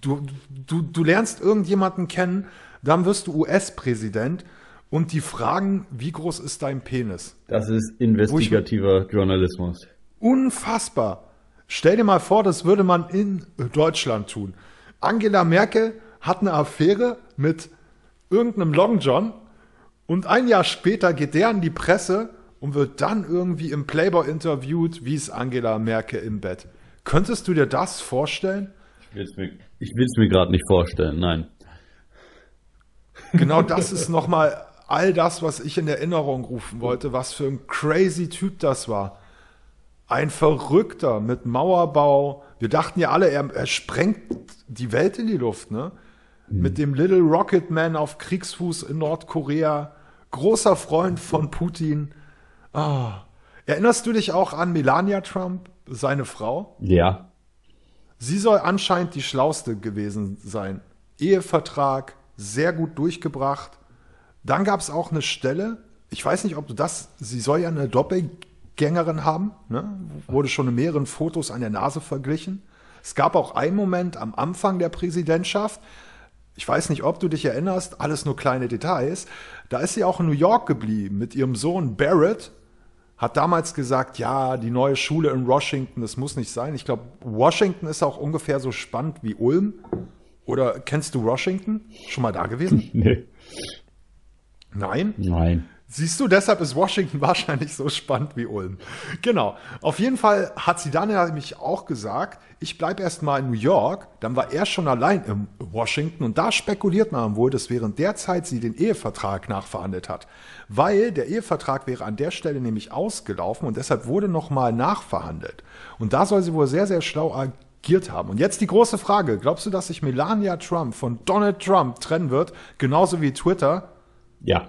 du lernst irgendjemanden kennen, dann wirst du US-Präsident und die fragen, wie groß ist dein Penis? Das ist investigativer Journalismus. Unfassbar. Stell dir mal vor, das würde man in Deutschland tun. Angela Merkel hat eine Affäre mit irgendeinem Long John und ein Jahr später geht der an die Presse und wird dann irgendwie im Playboy interviewt, wie ist Angela Merkel im Bett. Könntest du dir das vorstellen? Ich will es mir gerade nicht vorstellen, nein. Genau das ist nochmal all das, was ich in Erinnerung rufen wollte, was für ein crazy Typ das war. Ein Verrückter mit Mauerbau. Wir dachten ja alle, er sprengt die Welt in die Luft, ne? Mit dem Little Rocket Man auf Kriegsfuß in Nordkorea. Großer Freund von Putin. Erinnerst du dich auch an Melania Trump, seine Frau? Ja. Sie soll anscheinend die schlauste gewesen sein. Ehevertrag, sehr gut durchgebracht. Dann gab es auch eine Stelle, ich weiß nicht, ob du sie soll ja eine Doppelgängerin haben, ne? Wurde schon in mehreren Fotos an der Nase verglichen. Es gab auch einen Moment am Anfang der Präsidentschaft, ich weiß nicht, ob du dich erinnerst, alles nur kleine Details, da ist sie auch in New York geblieben mit ihrem Sohn Barrett, hat damals gesagt, ja, die neue Schule in Washington, das muss nicht sein. Ich glaube, Washington ist auch ungefähr so spannend wie Ulm. Oder kennst du Washington? Schon mal da gewesen? Nee. Nein? Nein. Siehst du, deshalb ist Washington wahrscheinlich so spannend wie Ulm. Genau. Auf jeden Fall hat sie dann nämlich auch gesagt, ich bleibe erst mal in New York. Dann war er schon allein in Washington und da spekuliert man wohl, dass während der Zeit sie den Ehevertrag nachverhandelt hat. Weil der Ehevertrag wäre an der Stelle nämlich ausgelaufen und deshalb wurde nochmal nachverhandelt. Und da soll sie wohl sehr, sehr schlau agiert haben. Und jetzt die große Frage, glaubst du, dass sich Melania Trump von Donald Trump trennen wird, genauso wie Twitter? Ja.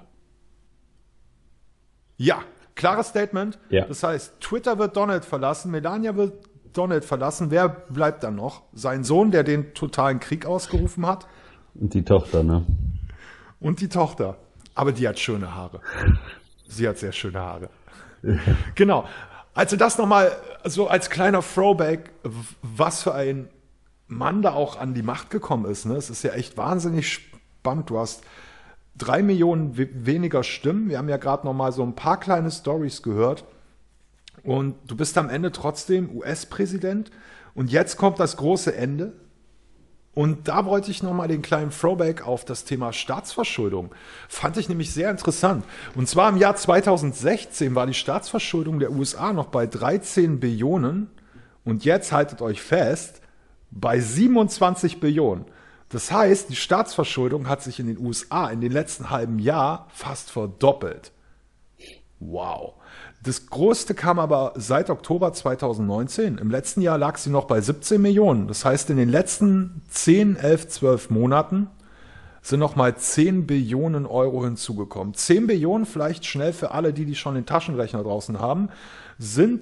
Ja, klares Statement. Ja. Das heißt, Twitter wird Donald verlassen, Melania wird Donald verlassen. Wer bleibt dann noch? Sein Sohn, der den totalen Krieg ausgerufen hat? Und die Tochter, ne? Und die Tochter. Aber die hat schöne Haare. Sie hat sehr schöne Haare. Genau. Also das nochmal so als kleiner Throwback, was für ein Mann da auch an die Macht gekommen ist. Ne? Es ist ja echt wahnsinnig spannend. Du hast 3 Millionen weniger Stimmen. Wir haben ja gerade noch mal so ein paar kleine Storys gehört. Und du bist am Ende trotzdem US-Präsident. Und jetzt kommt das große Ende. Und da wollte ich noch mal den kleinen Throwback auf das Thema Staatsverschuldung. Fand ich nämlich sehr interessant. Und zwar im Jahr 2016 war die Staatsverschuldung der USA noch bei 13 Billionen. Und jetzt haltet euch fest, bei 27 Billionen. Das heißt, die Staatsverschuldung hat sich in den USA in den letzten halben Jahr fast verdoppelt. Wow. Das Größte kam aber seit Oktober 2019. Im letzten Jahr lag sie noch bei 17 Millionen. Das heißt, in den letzten 10, 11, 12 Monaten sind noch mal 10 Billionen Euro hinzugekommen. 10 Billionen, vielleicht schnell für alle, die schon den Taschenrechner draußen haben, sind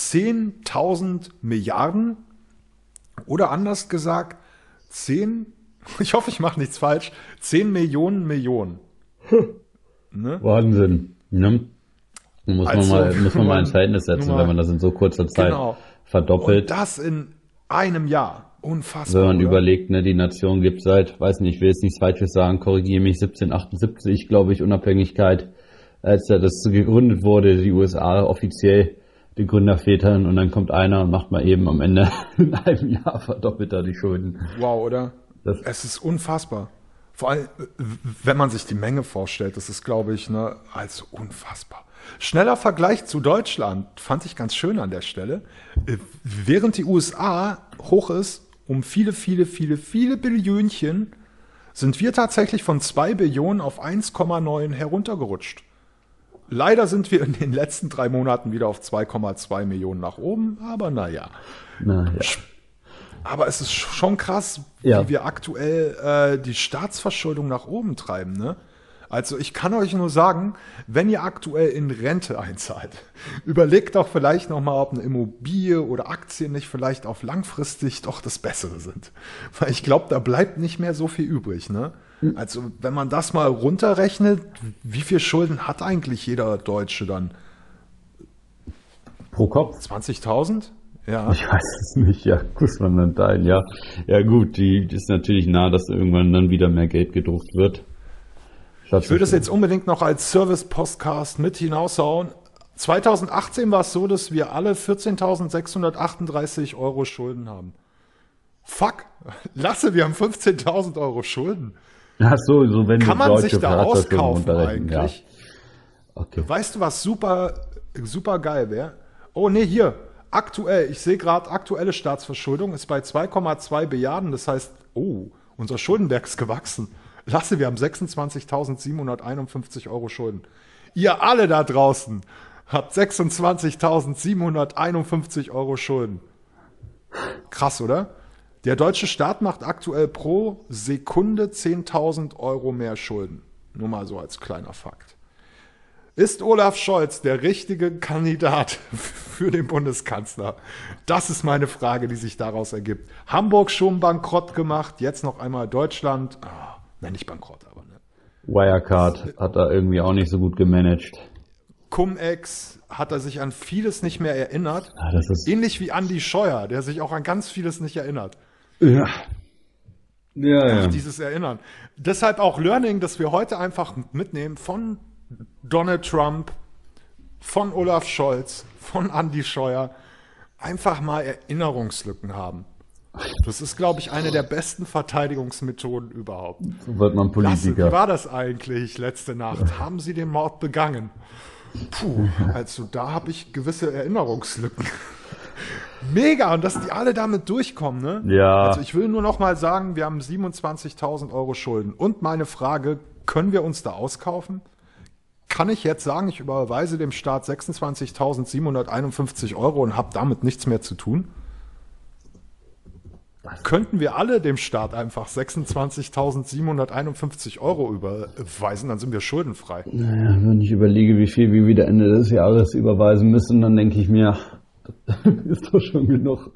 10.000 Milliarden oder anders gesagt 10, ich hoffe, ich mache nichts falsch, 10 Millionen Millionen. Ne? Wahnsinn. Ne? Muss man mal ins Verhältnis setzen, wenn man das in so kurzer Zeit verdoppelt. Und das in einem Jahr. Unfassbar. Wenn man überlegt, ne, die Nation gibt seit, weiß nicht, ich will jetzt nichts Falsches sagen, korrigiere mich, 1778, glaube ich, Unabhängigkeit, als das gegründet wurde, die USA offiziell, die Gründervätern, und dann kommt einer und macht mal eben am Ende in einem Jahr verdoppelt er die Schulden. Wow, oder? Es ist unfassbar. Vor allem, wenn man sich die Menge vorstellt, das ist, glaube ich, ne, also unfassbar. Schneller Vergleich zu Deutschland fand ich ganz schön an der Stelle. Während die USA hoch ist, um viele Billionchen, sind wir tatsächlich von 2 Billionen auf 1,9 heruntergerutscht. Leider sind wir in den letzten 3 Monaten wieder auf 2,2 Millionen nach oben, aber naja. Aber es ist schon krass, wie wir aktuell die Staatsverschuldung nach oben treiben, ne? Also ich kann euch nur sagen, wenn ihr aktuell in Rente einzahlt, überlegt doch vielleicht nochmal, ob eine Immobilie oder Aktien nicht vielleicht auf langfristig doch das Bessere sind. Weil ich glaube, da bleibt nicht mehr so viel übrig, ne? Also wenn man das mal runterrechnet, wie viel Schulden hat eigentlich jeder Deutsche dann? Pro Kopf? 20.000? Ja. Ich weiß es nicht, ja, muss man dann teilen, ja. Ja gut, die ist natürlich nah, dass irgendwann dann wieder mehr Geld gedruckt wird. Ich würde es jetzt unbedingt noch als Service-Podcast mit hinaushauen. 2018 war es so, dass wir alle 14.638 Euro Schulden haben. Fuck, Lasse, wir haben 15.000 Euro Schulden. Ach so, wenn kann man sich da auskaufen eigentlich? Ja. Okay. Weißt du, was super geil wäre? Oh nee, hier, aktuell, ich sehe gerade, aktuelle Staatsverschuldung ist bei 2,2 Milliarden. Das heißt, unser Schuldenberg ist gewachsen. Lasse, wir haben 26.751 Euro Schulden. Ihr alle da draußen habt 26.751 Euro Schulden. Krass, oder? Der deutsche Staat macht aktuell pro Sekunde 10.000 Euro mehr Schulden. Nur mal so als kleiner Fakt. Ist Olaf Scholz der richtige Kandidat für den Bundeskanzler? Das ist meine Frage, die sich daraus ergibt. Hamburg schon bankrott gemacht, jetzt noch einmal Deutschland. Nein, nicht bankrott, aber ne. Wirecard hat da irgendwie auch nicht so gut gemanagt. Cum-Ex hat er sich an vieles nicht mehr erinnert. Das ist ähnlich wie Andi Scheuer, der sich auch an ganz vieles nicht erinnert. Ja. Dieses Erinnern. Deshalb auch Learning, dass wir heute einfach mitnehmen von Donald Trump, von Olaf Scholz, von Andi Scheuer einfach mal Erinnerungslücken haben. Das ist, glaube ich, eine der besten Verteidigungsmethoden überhaupt. So wird man Politiker. Lasse, wie war das eigentlich letzte Nacht? Haben Sie den Mord begangen? Puh, also da habe ich gewisse Erinnerungslücken. Mega, und dass die alle damit durchkommen, ne? Ja. Also ich will nur noch mal sagen, wir haben 27.000 Euro Schulden. Und meine Frage, können wir uns da auskaufen? Kann ich jetzt sagen, ich überweise dem Staat 26.751 Euro und habe damit nichts mehr zu tun? Könnten wir alle dem Staat einfach 26.751 Euro überweisen, dann sind wir schuldenfrei. Naja, wenn ich überlege, wie viel wir wieder Ende des Jahres überweisen müssen, dann denke ich mir, das ist doch schon genug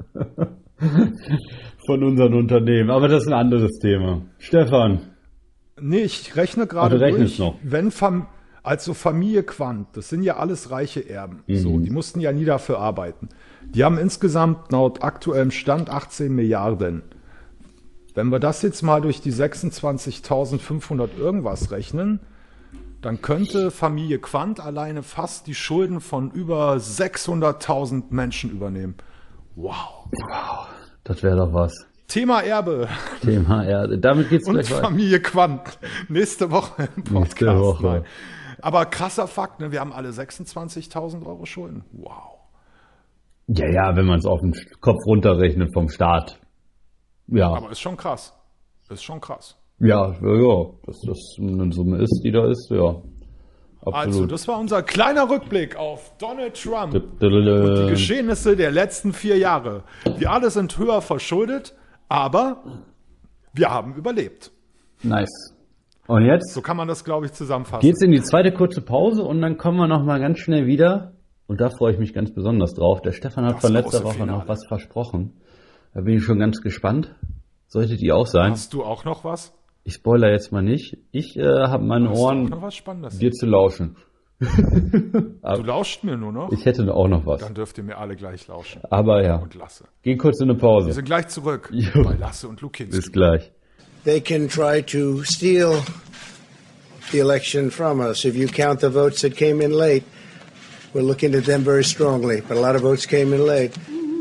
von unseren Unternehmen. Aber das ist ein anderes Thema. Stefan. Nee, ich rechne gerade durch. Noch. Wenn also Familie Quandt, das sind ja alles reiche Erben. So, die mussten ja nie dafür arbeiten. Die haben insgesamt laut aktuellem Stand 18 Milliarden. Wenn wir das jetzt mal durch die 26.500 irgendwas rechnen, dann könnte Familie Quandt alleine fast die Schulden von über 600.000 Menschen übernehmen. Wow. Das wäre doch was. Thema Erbe. Thema Erde. Damit geht's Und gleich weiter. Familie Quandt. Nächste Woche im Podcast. Nächste Woche. Nein. Aber krasser Fakt, ne? Wir haben alle 26.000 Euro Schulden. Wow. Ja, wenn man es auf den Kopf runterrechnet vom Staat. Ja. Aber ist schon krass. Ist schon krass. Ja, dass das eine Summe ist, die da ist, ja. Absolut. Also, das war unser kleiner Rückblick auf Donald Trump und die Geschehnisse der letzten 4 Jahre. Wir alle sind höher verschuldet, aber wir haben überlebt. Nice. Und jetzt So kann man das, glaube ich, zusammenfassen. geht's in die zweite kurze Pause und dann kommen wir noch mal ganz schnell wieder. Und da freue ich mich ganz besonders drauf. Der Stefan hat Das von letzter große Woche noch Finale. was versprochen. Da bin ich schon ganz gespannt. Solltet ihr auch sein. Hast du auch noch was? Ich spoiler jetzt mal nicht. Ich habe meine Hast du auch Ohren, noch was Spannendes? dir zu lauschen. Du lauscht mir nur noch? Ich hätte auch noch was. Dann dürft ihr mir alle gleich lauschen. Aber ja, Und Lasse. geh kurz in eine Wir Pause. sind gleich zurück Jo. bei Lasse und Lukinski. Bis gleich. They can try to steal the election from us. If you count the votes that came in late, we're looking at them very strongly. But a lot of votes came in late.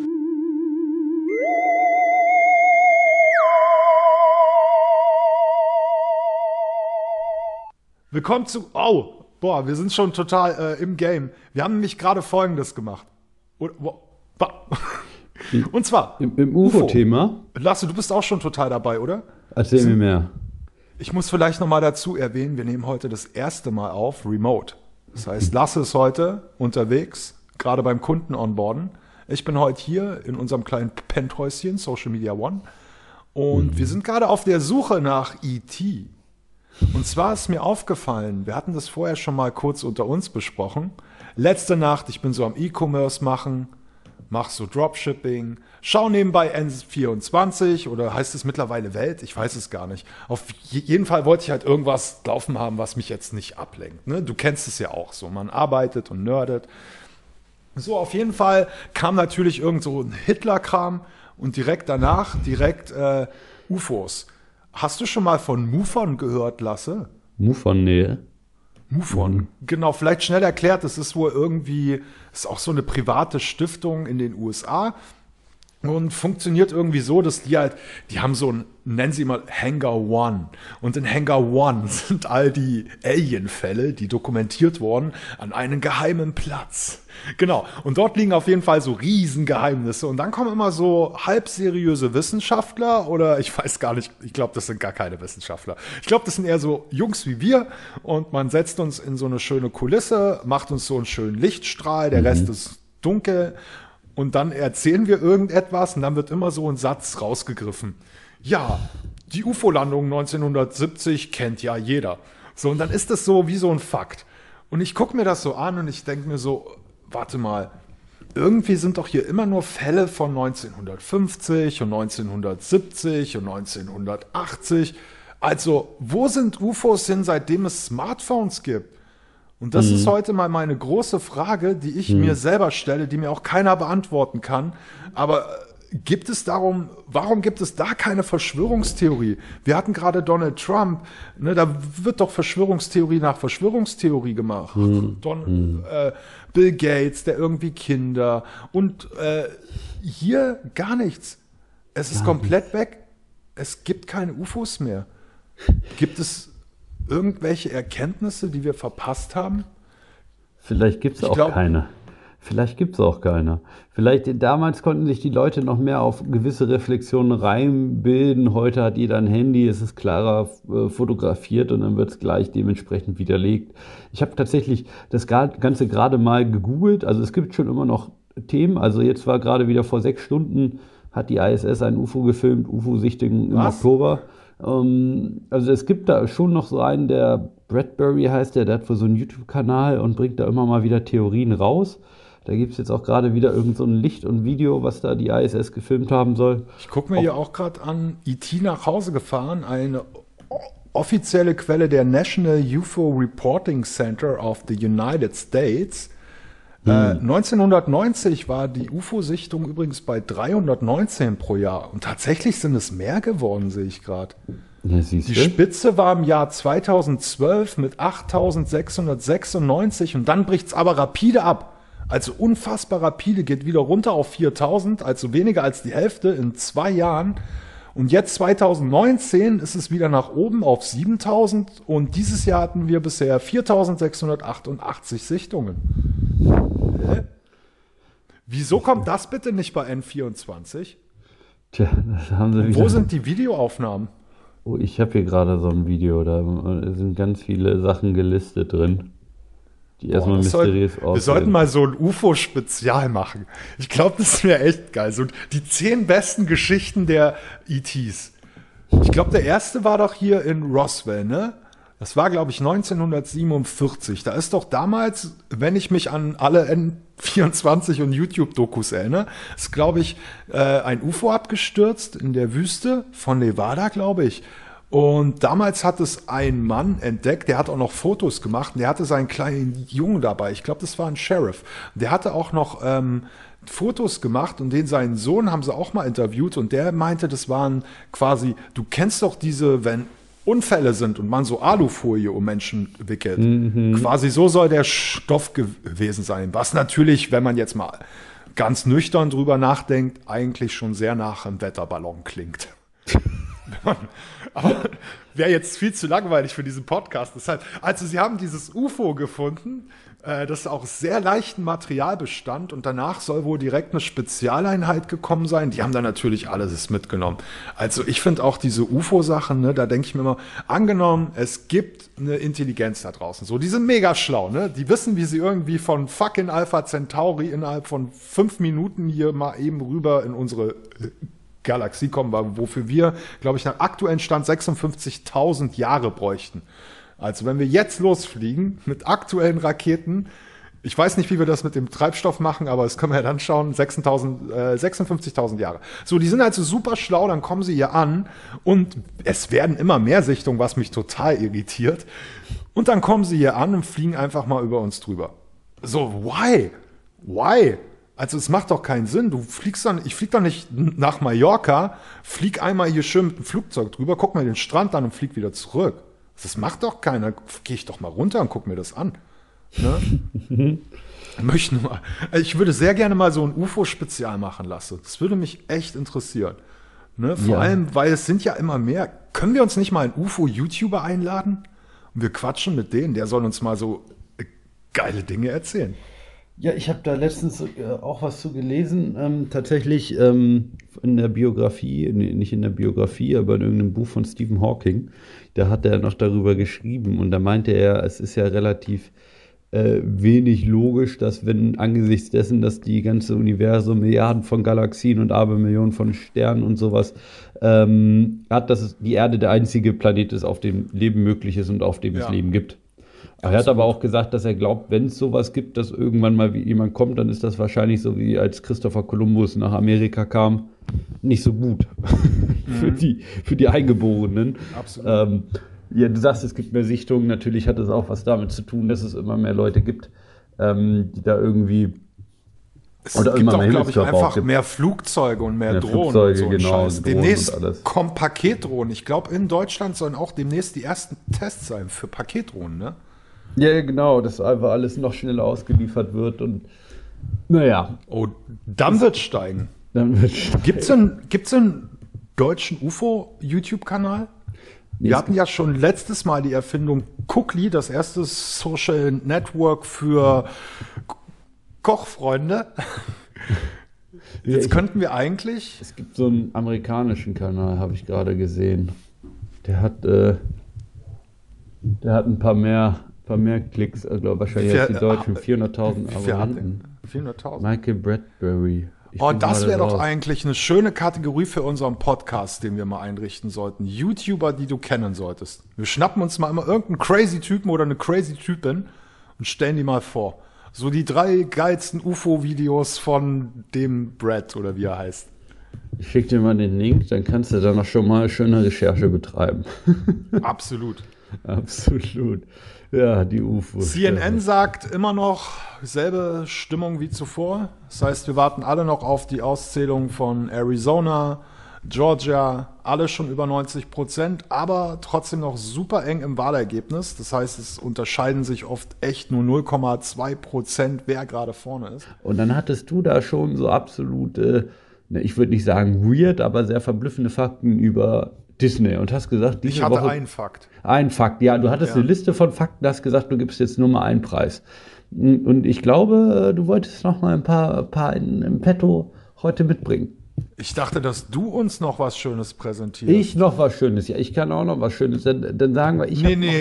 Willkommen zu... Oh, boah, wir sind schon total im Game. Wir haben nämlich gerade Folgendes gemacht. Und zwar... Im UFO-Thema? Lasse, du bist auch schon total dabei, oder? Erzähl mir mehr. Ich muss vielleicht noch mal dazu erwähnen, wir nehmen heute das erste Mal auf Remote. Das heißt, Lasse ist heute unterwegs, gerade beim Kunden onboarden. Ich bin heute hier in unserem kleinen Penthäuschen, Social Media One. Und wir sind gerade auf der Suche nach E.T. Und zwar ist mir aufgefallen, wir hatten das vorher schon mal kurz unter uns besprochen. Letzte Nacht, ich bin so am E-Commerce machen, mach so Dropshipping, schau nebenbei N24 oder heißt es mittlerweile Welt? Ich weiß es gar nicht. Auf jeden Fall wollte ich halt irgendwas laufen haben, was mich jetzt nicht ablenkt. Ne? Du kennst es ja auch so, man arbeitet und nerdet. So, auf jeden Fall kam natürlich irgend so ein Hitler-Kram und direkt danach UFOs. Hast du schon mal von MUFON gehört, Lasse? MUFON, nee. MUFON. Genau, vielleicht schnell erklärt, das ist wohl irgendwie, ist auch so eine private Stiftung in den USA und funktioniert irgendwie so, dass die haben so ein, nennen sie mal Hangar One. Und in Hangar One sind all die Alien-Fälle, die dokumentiert wurden, an einem geheimen Platz. Genau. Und dort liegen auf jeden Fall so Riesengeheimnisse. Und dann kommen immer so halbseriöse Wissenschaftler oder ich weiß gar nicht, ich glaube, das sind gar keine Wissenschaftler. Ich glaube, das sind eher so Jungs wie wir und man setzt uns in so eine schöne Kulisse, macht uns so einen schönen Lichtstrahl, der Rest ist dunkel und dann erzählen wir irgendetwas und dann wird immer so ein Satz rausgegriffen. Ja, die UFO-Landung 1970 kennt ja jeder. So, und dann ist das so wie so ein Fakt. Und ich gucke mir das so an und ich denke mir so, warte mal, irgendwie sind doch hier immer nur Fälle von 1950 und 1970 und 1980. Also, wo sind UFOs hin, seitdem es Smartphones gibt? Und das ist heute mal meine große Frage, die ich mir selber stelle, die mir auch keiner beantworten kann. Aber warum gibt es da keine Verschwörungstheorie? Wir hatten gerade Donald Trump, ne, da wird doch Verschwörungstheorie nach Verschwörungstheorie gemacht. Bill Gates, der irgendwie Kinder und hier gar nichts. Es ist komplett weg. Es gibt keine UFOs mehr. Gibt es irgendwelche Erkenntnisse, die wir verpasst haben? Vielleicht gibt es auch keine. Vielleicht gibt es auch keine. Vielleicht damals konnten sich die Leute noch mehr auf gewisse Reflexionen reinbilden. Heute hat jeder ein Handy, es ist klarer fotografiert und dann wird es gleich dementsprechend widerlegt. Ich habe tatsächlich das Ganze gerade mal gegoogelt. Also es gibt schon immer noch Themen. Also jetzt war gerade wieder vor 6 Stunden hat die ISS ein UFO gefilmt, UFO-Sichtung im Oktober. Also es gibt da schon noch so einen, der Bradbury heißt der hat wohl so einen YouTube-Kanal und bringt da immer mal wieder Theorien raus. Da gibt es jetzt auch gerade wieder irgend so ein Licht und Video, was da die ISS gefilmt haben soll. Ich gucke mir hier auch gerade an, E.T. nach Hause gefahren, eine offizielle Quelle der National UFO Reporting Center of the United States. 1990 war die UFO-Sichtung übrigens bei 319 pro Jahr. Und tatsächlich sind es mehr geworden, sehe ich gerade. Ja, die Spitze war im Jahr 2012 mit 8.696 und dann bricht es aber rapide ab. Also unfassbar rapide, geht wieder runter auf 4.000, also weniger als die Hälfte in 2 Jahren. Und jetzt 2019 ist es wieder nach oben auf 7.000 und dieses Jahr hatten wir bisher 4.688 Sichtungen. Wieso kommt das bitte nicht bei N24? Tja, das haben sie wieder. Wo sind die Videoaufnahmen? Oh, ich habe hier gerade so ein Video, da sind ganz viele Sachen gelistet drin, die erstmal mysteriös aussehen. Wir sollten mal so ein UFO-Spezial machen. Ich glaube, das wäre echt geil. So die 10 besten Geschichten der ETs. Ich glaube, der erste war doch hier in Roswell, ne? Das war, glaube ich, 1947. Da ist doch damals, wenn ich mich an alle N24 und YouTube-Dokus erinnere, ist, glaube ich, ein UFO abgestürzt in der Wüste von Nevada, glaube ich. Und damals hat es ein Mann entdeckt, der hat auch noch Fotos gemacht. Und der hatte seinen kleinen Jungen dabei. Ich glaube, das war ein Sheriff. Der hatte auch noch Fotos gemacht und seinen Sohn haben sie auch mal interviewt. Und der meinte, das waren quasi, du kennst doch diese, wenn Unfälle sind und man so Alufolie um Menschen wickelt. Quasi so soll der Stoff gewesen sein. Was natürlich, wenn man jetzt mal ganz nüchtern drüber nachdenkt, eigentlich schon sehr nach einem Wetterballon klingt. Aber wäre jetzt viel zu langweilig für diesen Podcast. Deshalb, also sie haben dieses UFO gefunden, das auch sehr leichten Material bestand und danach soll wohl direkt eine Spezialeinheit gekommen sein. Die haben dann natürlich alles mitgenommen. Also ich finde auch diese UFO-Sachen, ne, da denke ich mir immer, angenommen, es gibt eine Intelligenz da draußen. So, die sind mega schlau, ne? Die wissen, wie sie irgendwie von fucking Alpha Centauri innerhalb von 5 Minuten hier mal eben rüber in unsere Galaxie kommen, wofür wir, glaube ich, nach aktuellen Stand 56.000 Jahre bräuchten. Also wenn wir jetzt losfliegen mit aktuellen Raketen, ich weiß nicht, wie wir das mit dem Treibstoff machen, aber das können wir ja dann schauen, 56.000 Jahre. So, die sind also super schlau, dann kommen sie hier an und es werden immer mehr Sichtungen, was mich total irritiert. Und dann kommen sie hier an und fliegen einfach mal über uns drüber. So, why? Why? Also es macht doch keinen Sinn. Ich flieg doch nicht nach Mallorca, flieg einmal hier schön mit dem Flugzeug drüber, guck mir den Strand an und flieg wieder zurück. Das macht doch keiner. Gehe ich doch mal runter und guck mir das an. Ne? Ich würde sehr gerne mal so ein UFO-Spezial machen lassen. Das würde mich echt interessieren. Ne? Vor allem, weil es sind ja immer mehr. Können wir uns nicht mal einen UFO-YouTuber einladen? Und wir quatschen mit denen. Der soll uns mal so geile Dinge erzählen. Ja, ich habe da letztens auch was zu gelesen, tatsächlich in der Biografie, nicht in der Biografie, aber in irgendeinem Buch von Stephen Hawking, da hat er noch darüber geschrieben und da meinte er, es ist ja relativ wenig logisch, dass wenn angesichts dessen, dass die ganze Universum Milliarden von Galaxien und Abermillionen von Sternen und sowas hat, dass die Erde der einzige Planet ist, auf dem Leben möglich ist und auf dem es Leben gibt. Er hat aber auch gesagt, dass er glaubt, wenn es sowas gibt, dass irgendwann mal jemand kommt, dann ist das wahrscheinlich so wie als Christopher Columbus nach Amerika kam, nicht so gut für die Eingeborenen. Absolut. Ja, du sagst, es gibt mehr Sichtungen. Natürlich hat es auch was damit zu tun, dass es immer mehr Leute gibt, die da irgendwie Es Oder gibt immer auch, mehr glaube ich, Himmelskörper einfach aufgibt. mehr Flugzeuge und mehr Mehr Drohnen Flugzeuge, und so ein genau, Scheiß. Drohnen Demnächst und alles. kommen Paketdrohnen. Ich glaube, in Deutschland sollen auch demnächst die ersten Tests sein für Paketdrohnen, ne? Ja, genau, dass einfach alles noch schneller ausgeliefert wird und naja, Oh, dann wird steigen. dann wird Gibt's einen deutschen UFO-YouTube-Kanal? Wir hatten ja schon letztes Mal die Erfindung Cookly, das erste Social Network für Kochfreunde. Jetzt ich- könnten wir eigentlich. Es gibt so einen amerikanischen Kanal, habe ich gerade gesehen. Der hat ein paar mehr Klicks, also wahrscheinlich als die Deutschen, 400.000 Wie viel hat Abonnenten. der? 400.000. Michael Bradbury. Ich Oh, bin das gerade wäre doch raus. eigentlich eine schöne Kategorie für unseren Podcast, den wir mal einrichten sollten. YouTuber, die du kennen solltest. Wir schnappen uns mal immer irgendeinen crazy Typen oder eine crazy Typin und stellen die mal vor. So die 3 geilsten UFO-Videos von dem Brad oder wie er heißt. Ich schicke dir mal den Link, dann kannst du da noch schon mal schöne Recherche betreiben. Absolut. Absolut. Ja, die UFOs. CNN sagt immer noch selbe Stimmung wie zuvor. Das heißt, wir warten alle noch auf die Auszählung von Arizona, Georgia, alle schon über 90%, aber trotzdem noch super eng im Wahlergebnis. Das heißt, es unterscheiden sich oft echt nur 0,2%, wer gerade vorne ist. Und dann hattest du da schon so absolute, ich würde nicht sagen weird, aber sehr verblüffende Fakten über Disney und hast gesagt, diese Ich hatte Woche einen Fakt. ein Fakt. Ja, du hattest Ja. eine Liste von Fakten, hast gesagt, du gibst jetzt nur mal einen Preis. Und ich glaube, du wolltest noch mal ein paar im Petto heute mitbringen. Ich dachte, dass du uns noch was Schönes präsentierst. Ich noch was Schönes. Ja, ich kann auch noch was Schönes. Dann sagen wir,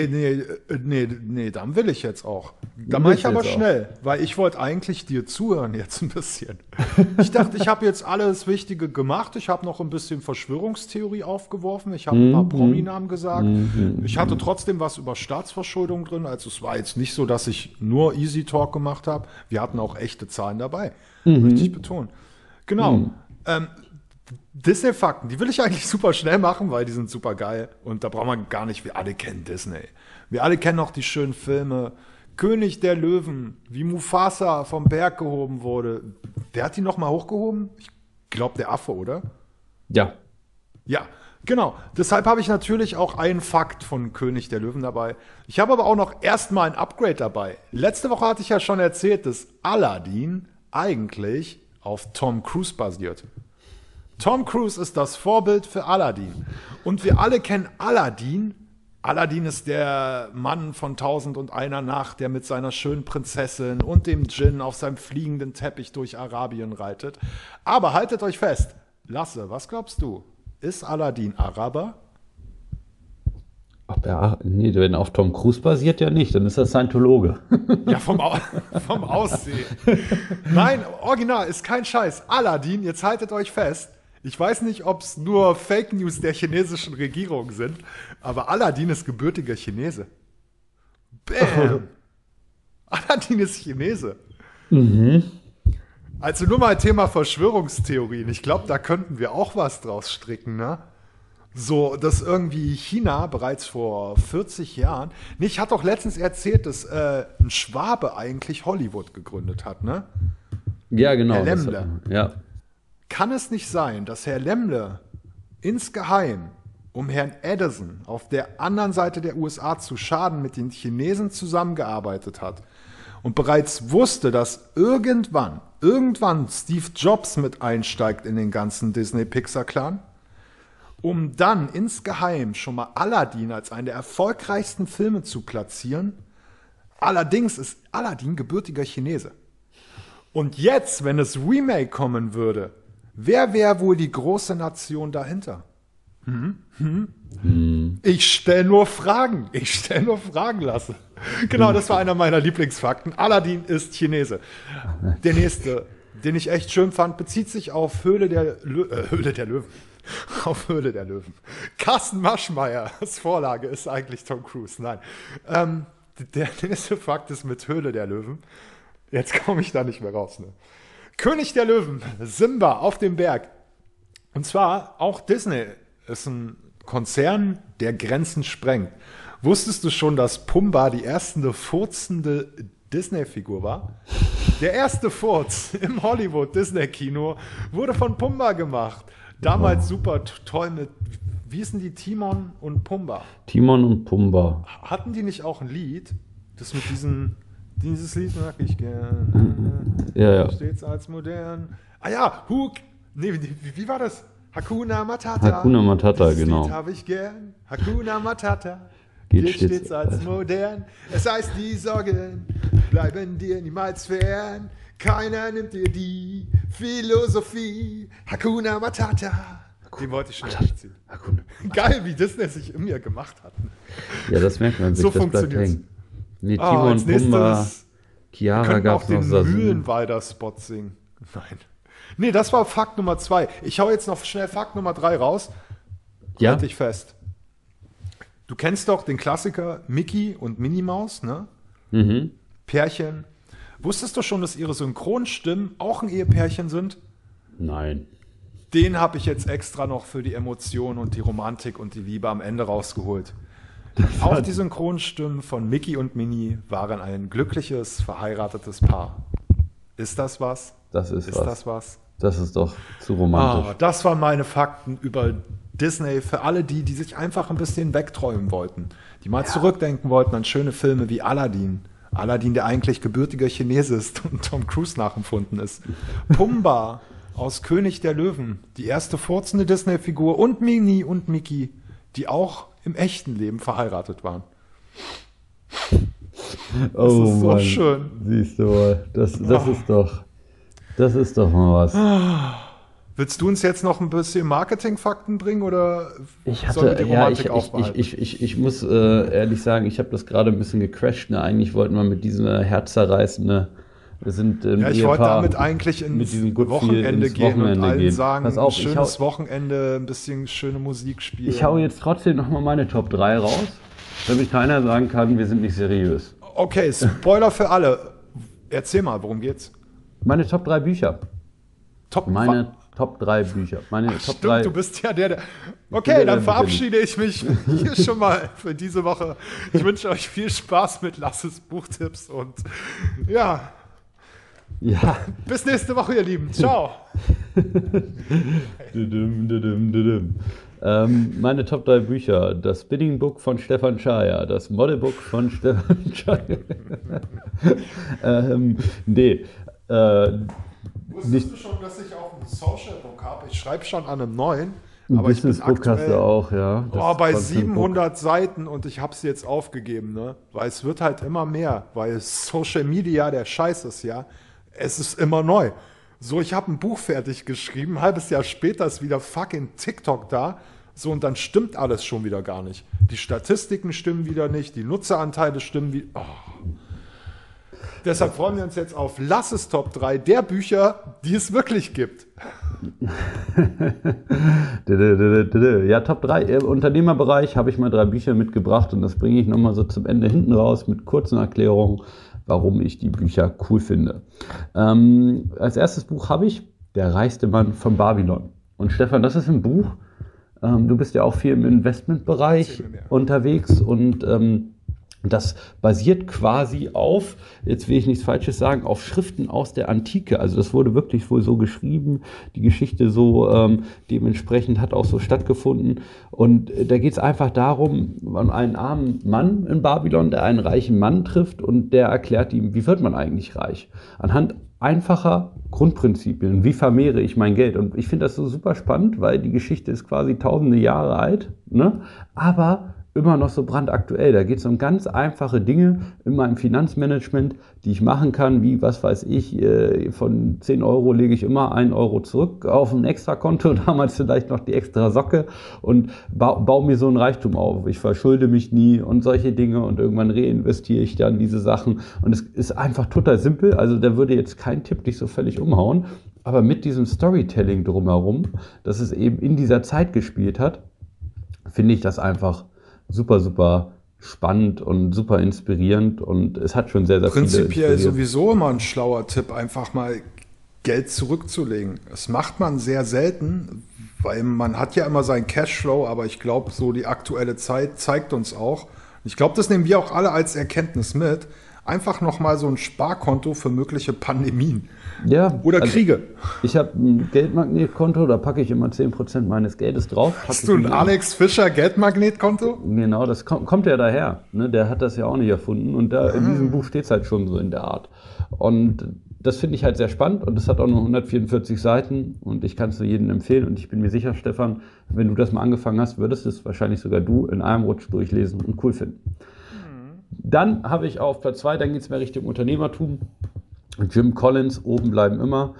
Nee, dann will ich jetzt auch. Da Du mache ich willst aber jetzt auch. schnell, weil ich wollte eigentlich dir zuhören jetzt ein bisschen. Ich dachte, ich habe jetzt alles Wichtige gemacht. Ich habe noch ein bisschen Verschwörungstheorie aufgeworfen. Ich habe ein paar Prominamen gesagt. Ich hatte trotzdem was über Staatsverschuldung drin. Also es war jetzt nicht so, dass ich nur Easy Talk gemacht habe. Wir hatten auch echte Zahlen dabei. Möchte ich betonen. Genau. Disney-Fakten, die will ich eigentlich super schnell machen, weil die sind super geil. Und da braucht man gar nicht, wir alle kennen Disney. Wir alle kennen auch die schönen Filme. König der Löwen, wie Mufasa vom Berg gehoben wurde. Wer hat die nochmal hochgehoben? Ich glaube, der Affe, oder? ja. Ja, genau. Deshalb habe ich natürlich auch einen Fakt von König der Löwen dabei. Ich habe aber auch noch erstmal ein Upgrade dabei. Letzte Woche hatte ich ja schon erzählt, dass Aladdin eigentlich auf Tom Cruise basiert. Tom Cruise ist das Vorbild für Aladdin. Und wir alle kennen Aladdin. Aladdin ist der Mann von 1001 Nacht, der mit seiner schönen Prinzessin und dem Djinn auf seinem fliegenden Teppich durch Arabien reitet. Aber haltet euch fest. Lasse, was glaubst du? Ist Aladdin Araber? Nee, wenn auf Tom Cruise basiert, ja nicht. Dann ist das Scientologe. Ja, vom Aussehen. Nein, original, ist kein Scheiß. Aladdin, jetzt haltet euch fest. Ich weiß nicht, ob es nur Fake News der chinesischen Regierung sind, aber Aladdin ist gebürtiger Chinese. Bam! Aladdin ist Chinese. Also nur mal Thema Verschwörungstheorien. Ich glaube, da könnten wir auch was draus stricken, ne? So, dass irgendwie China bereits vor 40 Jahren. Nee, ich hatte doch letztens erzählt, dass ein Schwabe eigentlich Hollywood gegründet hat, ne? Ja, genau. Herr das- Lemmle. Ja. Kann es nicht sein, dass Herr Lemmle insgeheim, um Herrn Edison auf der anderen Seite der USA zu schaden, mit den Chinesen zusammengearbeitet hat und bereits wusste, dass irgendwann Steve Jobs mit einsteigt in den ganzen Disney-Pixar-Clan, um dann insgeheim schon mal Aladdin als einen der erfolgreichsten Filme zu platzieren? Allerdings ist Aladdin gebürtiger Chinese. Und jetzt, wenn es Remake kommen würde, wer wäre wohl die große Nation dahinter? Ich stelle nur Fragen. Lasse. Genau, das war einer meiner Lieblingsfakten. Aladdin ist Chinese. Der nächste, den ich echt schön fand, bezieht sich auf Höhle der Löwen. Auf Höhle der Löwen. Carsten Maschmeyers Vorlage ist eigentlich Tom Cruise. Nein. Der nächste Fakt ist mit Höhle der Löwen. Jetzt komme ich da nicht mehr raus. Ne? König der Löwen, Simba auf dem Berg. Und zwar auch Disney ist ein Konzern, der Grenzen sprengt. Wusstest du schon, dass Pumba die erste furzende Disney-Figur war? Der erste Furz im Hollywood-Disney-Kino wurde von Pumba gemacht. Damals super toll mit, wie hießen die, Timon und Pumba? Timon und Pumba. Hatten die nicht auch ein Lied? Das mit dieses Lied mag ich gerne. Ja. Stets als modern. Ah ja, wie war das? Hakuna Matata. Hakuna Matata, Dieses genau. Lied habe ich gern. Hakuna Matata. Geht Geht stets stets als modern. Es heißt, die Sorgen bleiben dir niemals fern. Keiner nimmt dir die Philosophie. Hakuna Matata. Den wollte ich schon durchziehen. Geil, wie Disney sich in mir gemacht hat. Ja, das merkt man sich, So das bleibt funktioniert's. hängen. Nee, Timon als und Pumba, nächstes Chiara könnten gab auch es noch, den Sasu. Mühlenwalder Spot singen. Nein. Nee, das war Fakt Nummer 2. Ich hau jetzt noch schnell Fakt Nummer 3 raus. Ja, Halt dich fest. Du kennst doch den Klassiker Mickey und Minnie Maus, ne? Pärchen. Wusstest du schon, dass ihre Synchronstimmen auch ein Ehepärchen sind? nein. Den habe ich jetzt extra noch für die Emotion und die Romantik und die Liebe am Ende rausgeholt. Auch die Synchronstimmen von Mickey und Minnie waren ein glückliches, verheiratetes Paar. Ist das was? Das ist Ist was. das was? Das ist doch zu romantisch. Das waren meine Fakten über Disney für alle die, die sich einfach ein bisschen wegträumen wollten. Die mal zurückdenken wollten an schöne Filme wie Aladdin. Aladdin, der eigentlich gebürtiger Chinese ist und Tom Cruise nachempfunden ist. Pumba aus König der Löwen, die erste furzende Disney-Figur, und Minnie und Mickey, die auch im echten Leben verheiratet waren. Oh ist so Mann, schön. siehst du mal, das ist doch mal was. Willst du uns jetzt noch ein bisschen Marketing-Fakten bringen oder Ich sollen wir hatte, die ja, Romantik ich aufbehalten? muss ehrlich sagen, ich habe das gerade ein bisschen gecrashed. Ne? Eigentlich wollten wir mit diesem herzerreißende, wir sind ein Ja, ich wollte Ehepaar, damit eigentlich mit ins diesem Good Feel Wochenende ins gehen und Wochenende allen gehen. sagen, Pass auf, ein schönes Wochenende, ein bisschen schöne Musik spielen. ich hau jetzt trotzdem nochmal meine Top 3 raus, damit keiner sagen kann, wir sind nicht seriös. Okay, Spoiler für alle. Erzähl mal, worum geht's? Meine Top 3 Bücher. Meine Top 3 Bücher. Meine Top Stimmt, 3. du bist ja der. bin Okay, der, dann der verabschiede ich mich hier schon mal für diese Woche. Ich wünsche euch viel Spaß mit Lasses Buchtipps und ja, Ja. bis nächste Woche, ihr Lieben. Ciao. Meine Top 3 Bücher: Das Spinning Book von Stefan Schaja, das Modelbook von Stefan Schaja. Wusstest du schon, dass ich auch ein Social Book habe? Ich schreibe schon an einem neuen. Ein Aber ich bin Business Book hast du auch, ja. Das Bei Content Book. 700 Seiten und ich habe es jetzt aufgegeben, ne? Weil es wird halt immer mehr, weil Social Media der Scheiß ist, ja. Es ist immer neu. So, ich habe ein Buch fertig geschrieben, ein halbes Jahr später ist wieder fucking TikTok da. So, und dann stimmt alles schon wieder gar nicht. Die Statistiken stimmen wieder nicht, die Nutzeranteile stimmen wieder. Oh. Deshalb freuen wir uns jetzt auf Lasses Top 3 der Bücher, die es wirklich gibt. Ja, Top 3. Im Unternehmerbereich habe ich mal 3 Bücher mitgebracht und das bringe ich nochmal so zum Ende hinten raus mit kurzen Erklärungen, warum ich die Bücher cool finde. Als erstes Buch habe ich Der reichste Mann von Babylon. Und Stefan, das ist ein Buch, du bist ja auch viel im Investmentbereich Erzähl mir mehr. unterwegs und das basiert quasi auf, jetzt will ich nichts Falsches sagen, auf Schriften aus der Antike. Also das wurde wirklich wohl so geschrieben, die Geschichte so dementsprechend hat auch so stattgefunden. Und da geht es einfach darum, um einen armen Mann in Babylon, der einen reichen Mann trifft und der erklärt ihm, wie wird man eigentlich reich? Anhand einfacher Grundprinzipien. Wie vermehre ich mein Geld? Und ich finde das so super spannend, weil die Geschichte ist quasi tausende Jahre alt, ne? Aber immer noch so brandaktuell. Da geht es um ganz einfache Dinge in meinem Finanzmanagement, die ich machen kann, wie, was weiß ich, von 10 Euro lege ich immer 1 Euro zurück auf ein Extrakonto, damals vielleicht noch die extra Socke und baue mir so ein Reichtum auf. Ich verschulde mich nie und solche Dinge und irgendwann reinvestiere ich dann diese Sachen und es ist einfach total simpel, also da würde jetzt kein Tipp dich so völlig umhauen, aber mit diesem Storytelling drumherum, dass es eben in dieser Zeit gespielt hat, finde ich das einfach super, super spannend und super inspirierend und es hat schon sehr, sehr Prinzipiell viele sowieso immer ein schlauer Tipp, einfach mal Geld zurückzulegen. Das macht man sehr selten, weil man hat ja immer seinen Cashflow, aber ich glaube, so die aktuelle Zeit zeigt uns auch, ich glaube, das nehmen wir auch alle als Erkenntnis mit, einfach nochmal so ein Sparkonto für mögliche Pandemien Ja, oder also Kriege. ich habe ein Geldmagnetkonto, da packe ich immer 10% meines Geldes drauf. Hast du ein Alex Fischer Geldmagnetkonto? Genau, das kommt ja daher. Ne? Der hat das ja auch nicht erfunden und da in diesem Buch steht es halt schon so in der Art. Und das finde ich halt sehr spannend und es hat auch nur 144 Seiten und ich kann es nur jedem empfehlen und ich bin mir sicher, Stefan, wenn du das mal angefangen hast, würdest es wahrscheinlich sogar du in einem Rutsch durchlesen und cool finden. Dann habe ich auf Platz 2, dann geht es mehr Richtung Unternehmertum. Jim Collins, oben bleiben immer.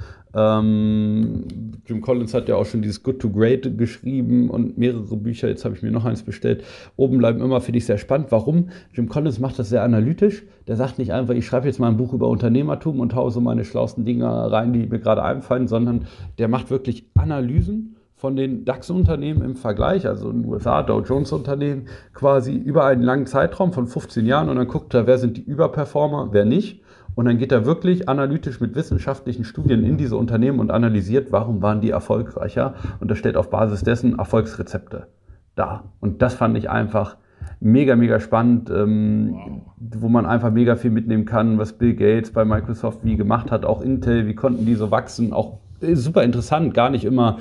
Jim Collins hat ja auch schon dieses Good to Great geschrieben und mehrere Bücher. Jetzt habe ich mir noch eins bestellt. Oben bleiben immer, finde ich sehr spannend. Warum? Jim Collins macht das sehr analytisch. Der sagt nicht einfach, ich schreibe jetzt mal ein Buch über Unternehmertum und haue so meine schlauesten Dinge rein, die mir gerade einfallen, sondern der macht wirklich Analysen von den DAX-Unternehmen im Vergleich, also in den USA, Dow Jones-Unternehmen, quasi über einen langen Zeitraum von 15 Jahren und dann guckt er, wer sind die Überperformer, wer nicht. Und dann geht er wirklich analytisch mit wissenschaftlichen Studien in diese Unternehmen und analysiert, warum waren die erfolgreicher. Und er stellt auf Basis dessen Erfolgsrezepte dar. Und das fand ich einfach mega, mega spannend, wo man einfach mega viel mitnehmen kann, was Bill Gates bei Microsoft wie gemacht hat, auch Intel, wie konnten die so wachsen, auch super interessant, gar nicht immer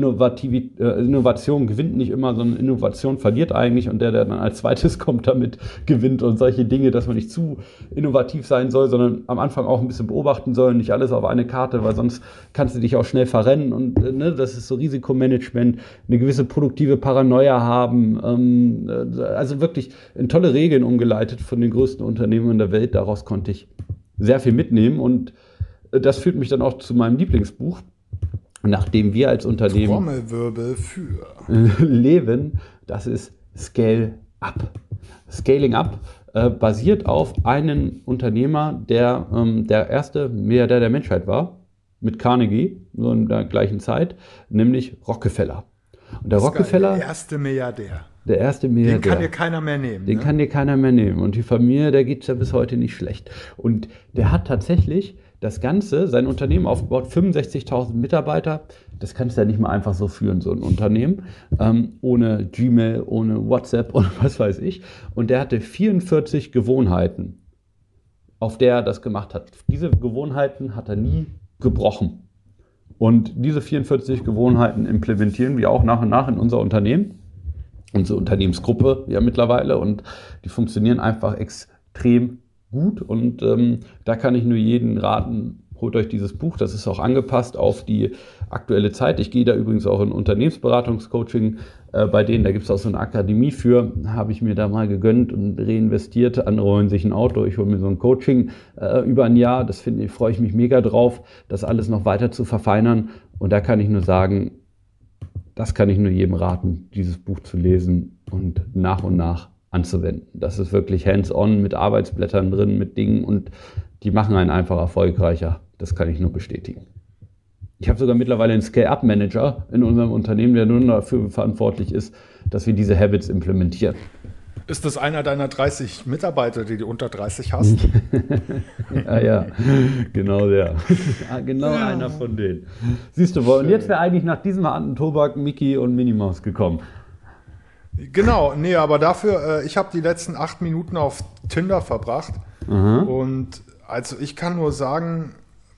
Innovation gewinnt nicht immer, sondern Innovation verliert eigentlich und der dann als zweites kommt, damit gewinnt und solche Dinge, dass man nicht zu innovativ sein soll, sondern am Anfang auch ein bisschen beobachten soll, nicht alles auf eine Karte, weil sonst kannst du dich auch schnell verrennen und das ist so Risikomanagement, eine gewisse produktive Paranoia haben, also wirklich in tolle Regeln umgeleitet von den größten Unternehmen der Welt, daraus konnte ich sehr viel mitnehmen und das führt mich dann auch zu meinem Lieblingsbuch, nachdem wir als Unternehmen Trommelwirbel für leben, das ist Scale Up. Scaling Up basiert auf einem Unternehmer, der der erste Milliardär der Menschheit war, mit Carnegie, so in der gleichen Zeit, nämlich Rockefeller. Und der Rockefeller, der erste Milliardär. der erste Milliardär. Den kann dir keiner mehr nehmen. Den kann dir keiner mehr nehmen. Und die Familie, der geht es ja bis heute nicht schlecht. Und der hat tatsächlich das Ganze, sein Unternehmen aufgebaut, 65.000 Mitarbeiter. Das kannst du ja nicht mal einfach so führen, so ein Unternehmen. Ohne Gmail, ohne WhatsApp, ohne was weiß ich. Und der hatte 44 Gewohnheiten, auf der er das gemacht hat. Diese Gewohnheiten hat er nie gebrochen. Und diese 44 Gewohnheiten implementieren wir auch nach und nach in unser Unternehmen. Unsere Unternehmensgruppe ja mittlerweile und die funktionieren einfach extrem gut und da kann ich nur jeden raten, holt euch dieses Buch, das ist auch angepasst auf die aktuelle Zeit. Ich gehe da übrigens auch in Unternehmensberatungscoaching bei denen, da gibt es auch so eine Akademie für, habe ich mir da mal gegönnt und reinvestiert. Andere holen sich ein Auto, ich hole mir so ein Coaching über ein Jahr, das freue ich mich mega drauf, das alles noch weiter zu verfeinern und da kann ich nur sagen, das kann ich nur jedem raten, dieses Buch zu lesen und nach anzuwenden. Das ist wirklich hands-on mit Arbeitsblättern drin, mit Dingen und die machen einen einfach erfolgreicher. Das kann ich nur bestätigen. Ich habe sogar mittlerweile einen Scale-Up-Manager in unserem Unternehmen, der nur dafür verantwortlich ist, dass wir diese Habits implementieren. Ist das einer deiner 30 Mitarbeiter, die du unter 30 hast? Ja, genau der. Genau ja. Einer von denen. Siehst du, und jetzt wäre eigentlich nach diesem harten Tobak Mickey und Minnie Maus gekommen. Genau, nee, aber dafür, ich habe die letzten 8 Minuten auf Tinder verbracht. Und also ich kann nur sagen,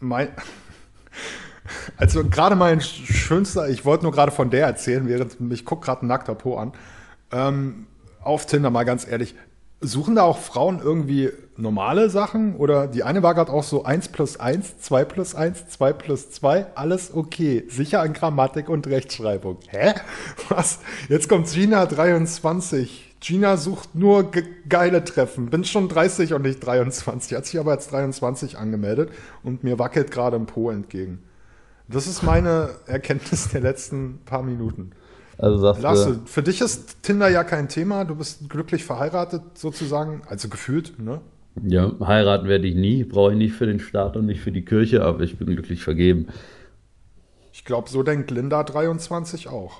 also gerade mein schönster, ich wollte nur gerade von der erzählen, während ich gucke gerade ein nackter Po an, auf Tinder mal ganz ehrlich, suchen da auch Frauen irgendwie normale Sachen? Oder die eine war gerade auch so 1+1, 2+1, 2+2, alles okay. Sicher an Grammatik und Rechtschreibung. Hä? Was? Jetzt kommt Gina 23. Gina sucht nur geile Treffen. Bin schon 30 und nicht 23. Hat sich aber als 23 angemeldet und mir wackelt gerade ein Po entgegen. Das ist meine Erkenntnis der letzten paar Minuten. Also sagst Lasse, für dich ist Tinder ja kein Thema. Du bist glücklich verheiratet sozusagen, also gefühlt, ne? Ja, heiraten werde ich nie, brauche ich nicht für den Staat und nicht für die Kirche, aber ich bin glücklich vergeben. Ich glaube, so denkt Linda 23 auch.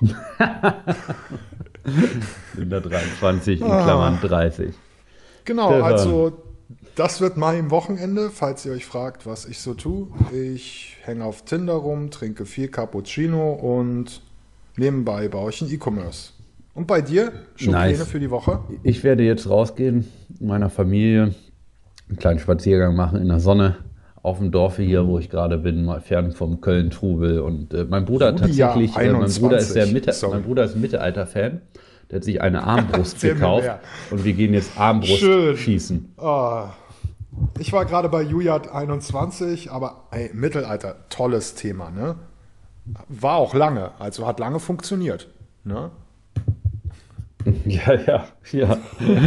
Linda 23 in Klammern 30. Genau, Stefan. Also das wird mein Wochenende, falls ihr euch fragt, was ich so tue. Ich hänge auf Tinder rum, trinke viel Cappuccino und nebenbei baue ich ein E-Commerce. Und bei dir? Schon Nice. Pläne für die Woche? Ich werde jetzt rausgehen, meiner Familie einen kleinen Spaziergang machen in der Sonne auf dem Dorf hier, wo ich gerade bin, mal fern vom Köln-Trubel. Und mein Bruder Julia tatsächlich, mein Bruder ist 21. mein Bruder ist ein Mittelalter-Fan. Der hat sich eine Armbrust Erzähl mir gekauft mehr. und wir gehen jetzt Armbrust Schön. schießen. Ich war gerade bei Julia 21, aber ey, Mittelalter, tolles Thema, ne? War auch lange, also hat lange funktioniert, ne? Ja.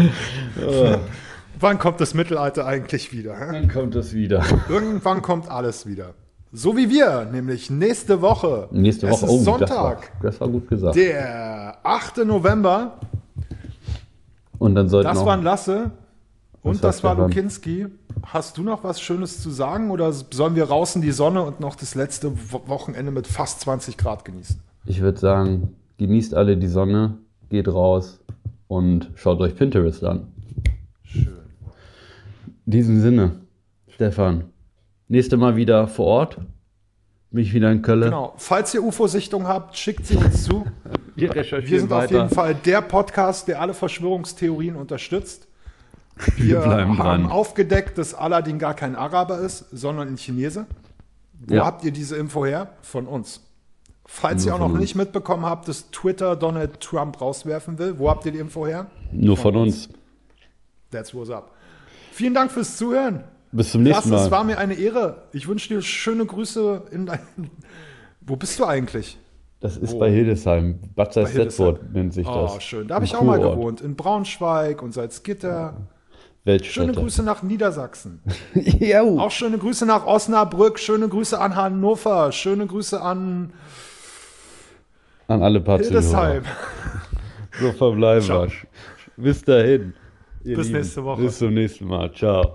Wann kommt das Mittelalter eigentlich wieder? Hä? Dann kommt das wieder. Irgendwann kommt alles wieder. So wie wir, nämlich nächste Woche. Nächste Woche, Es ist Sonntag, das war gut gesagt. der 8. November. Und dann sollten Das auch, waren Lasse und Das das war war Stefan. Lukinski. Hast du noch was Schönes zu sagen oder sollen wir raus in die Sonne und noch das letzte Wochenende mit fast 20 Grad genießen? ich würde sagen, genießt alle die Sonne, geht raus und schaut euch Pinterest an. Schön. In diesem Sinne, Stefan, nächste Mal wieder vor Ort. Bin ich wieder in Köln. Genau. Falls ihr UFO-Sichtung habt, schickt sie uns zu. Wir recherchieren Wir sind auf weiter. jeden Fall der Podcast, der alle Verschwörungstheorien unterstützt. Wir Wir bleiben haben dran. aufgedeckt, dass Aladdin gar kein Araber ist, sondern ein Chinese. Wo Ja. habt ihr diese Info her? Von uns. Falls Nur ihr auch noch von uns. nicht mitbekommen habt, dass Twitter Donald Trump rauswerfen will, wo habt ihr die Info her? Nur von uns. That's what's up. Vielen Dank fürs Zuhören. Bis zum nächsten Lasse, es Mal. war mir eine Ehre. Ich wünsche dir schöne Grüße in dein. Wo bist du eigentlich? Das ist bei Hildesheim. Bad Hildesheim. Salzdetford nennt sich das. Oh, schön. Da habe Ein ich auch mal Kurort. gewohnt. In Braunschweig und Salzgitter. Weltstädte. Schöne Grüße nach Niedersachsen. Jau. Auch schöne Grüße nach Osnabrück. Schöne Grüße an Hannover. Schöne Grüße an An alle Partner. Hildesheim. So verbleiben Ciao. wir. Bis dahin. ihr Bis Lieben. nächste Woche. Bis zum nächsten Mal. Ciao.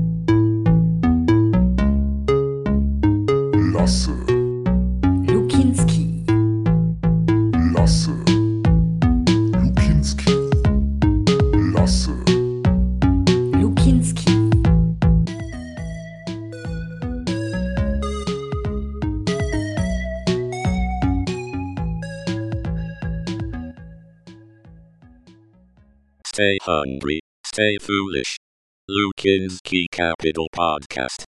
Lasse, Lukinski. Lasse, Lukinski, Lasse. Lukinski. Stay hungry, stay foolish. Lukinski Capital Podcast.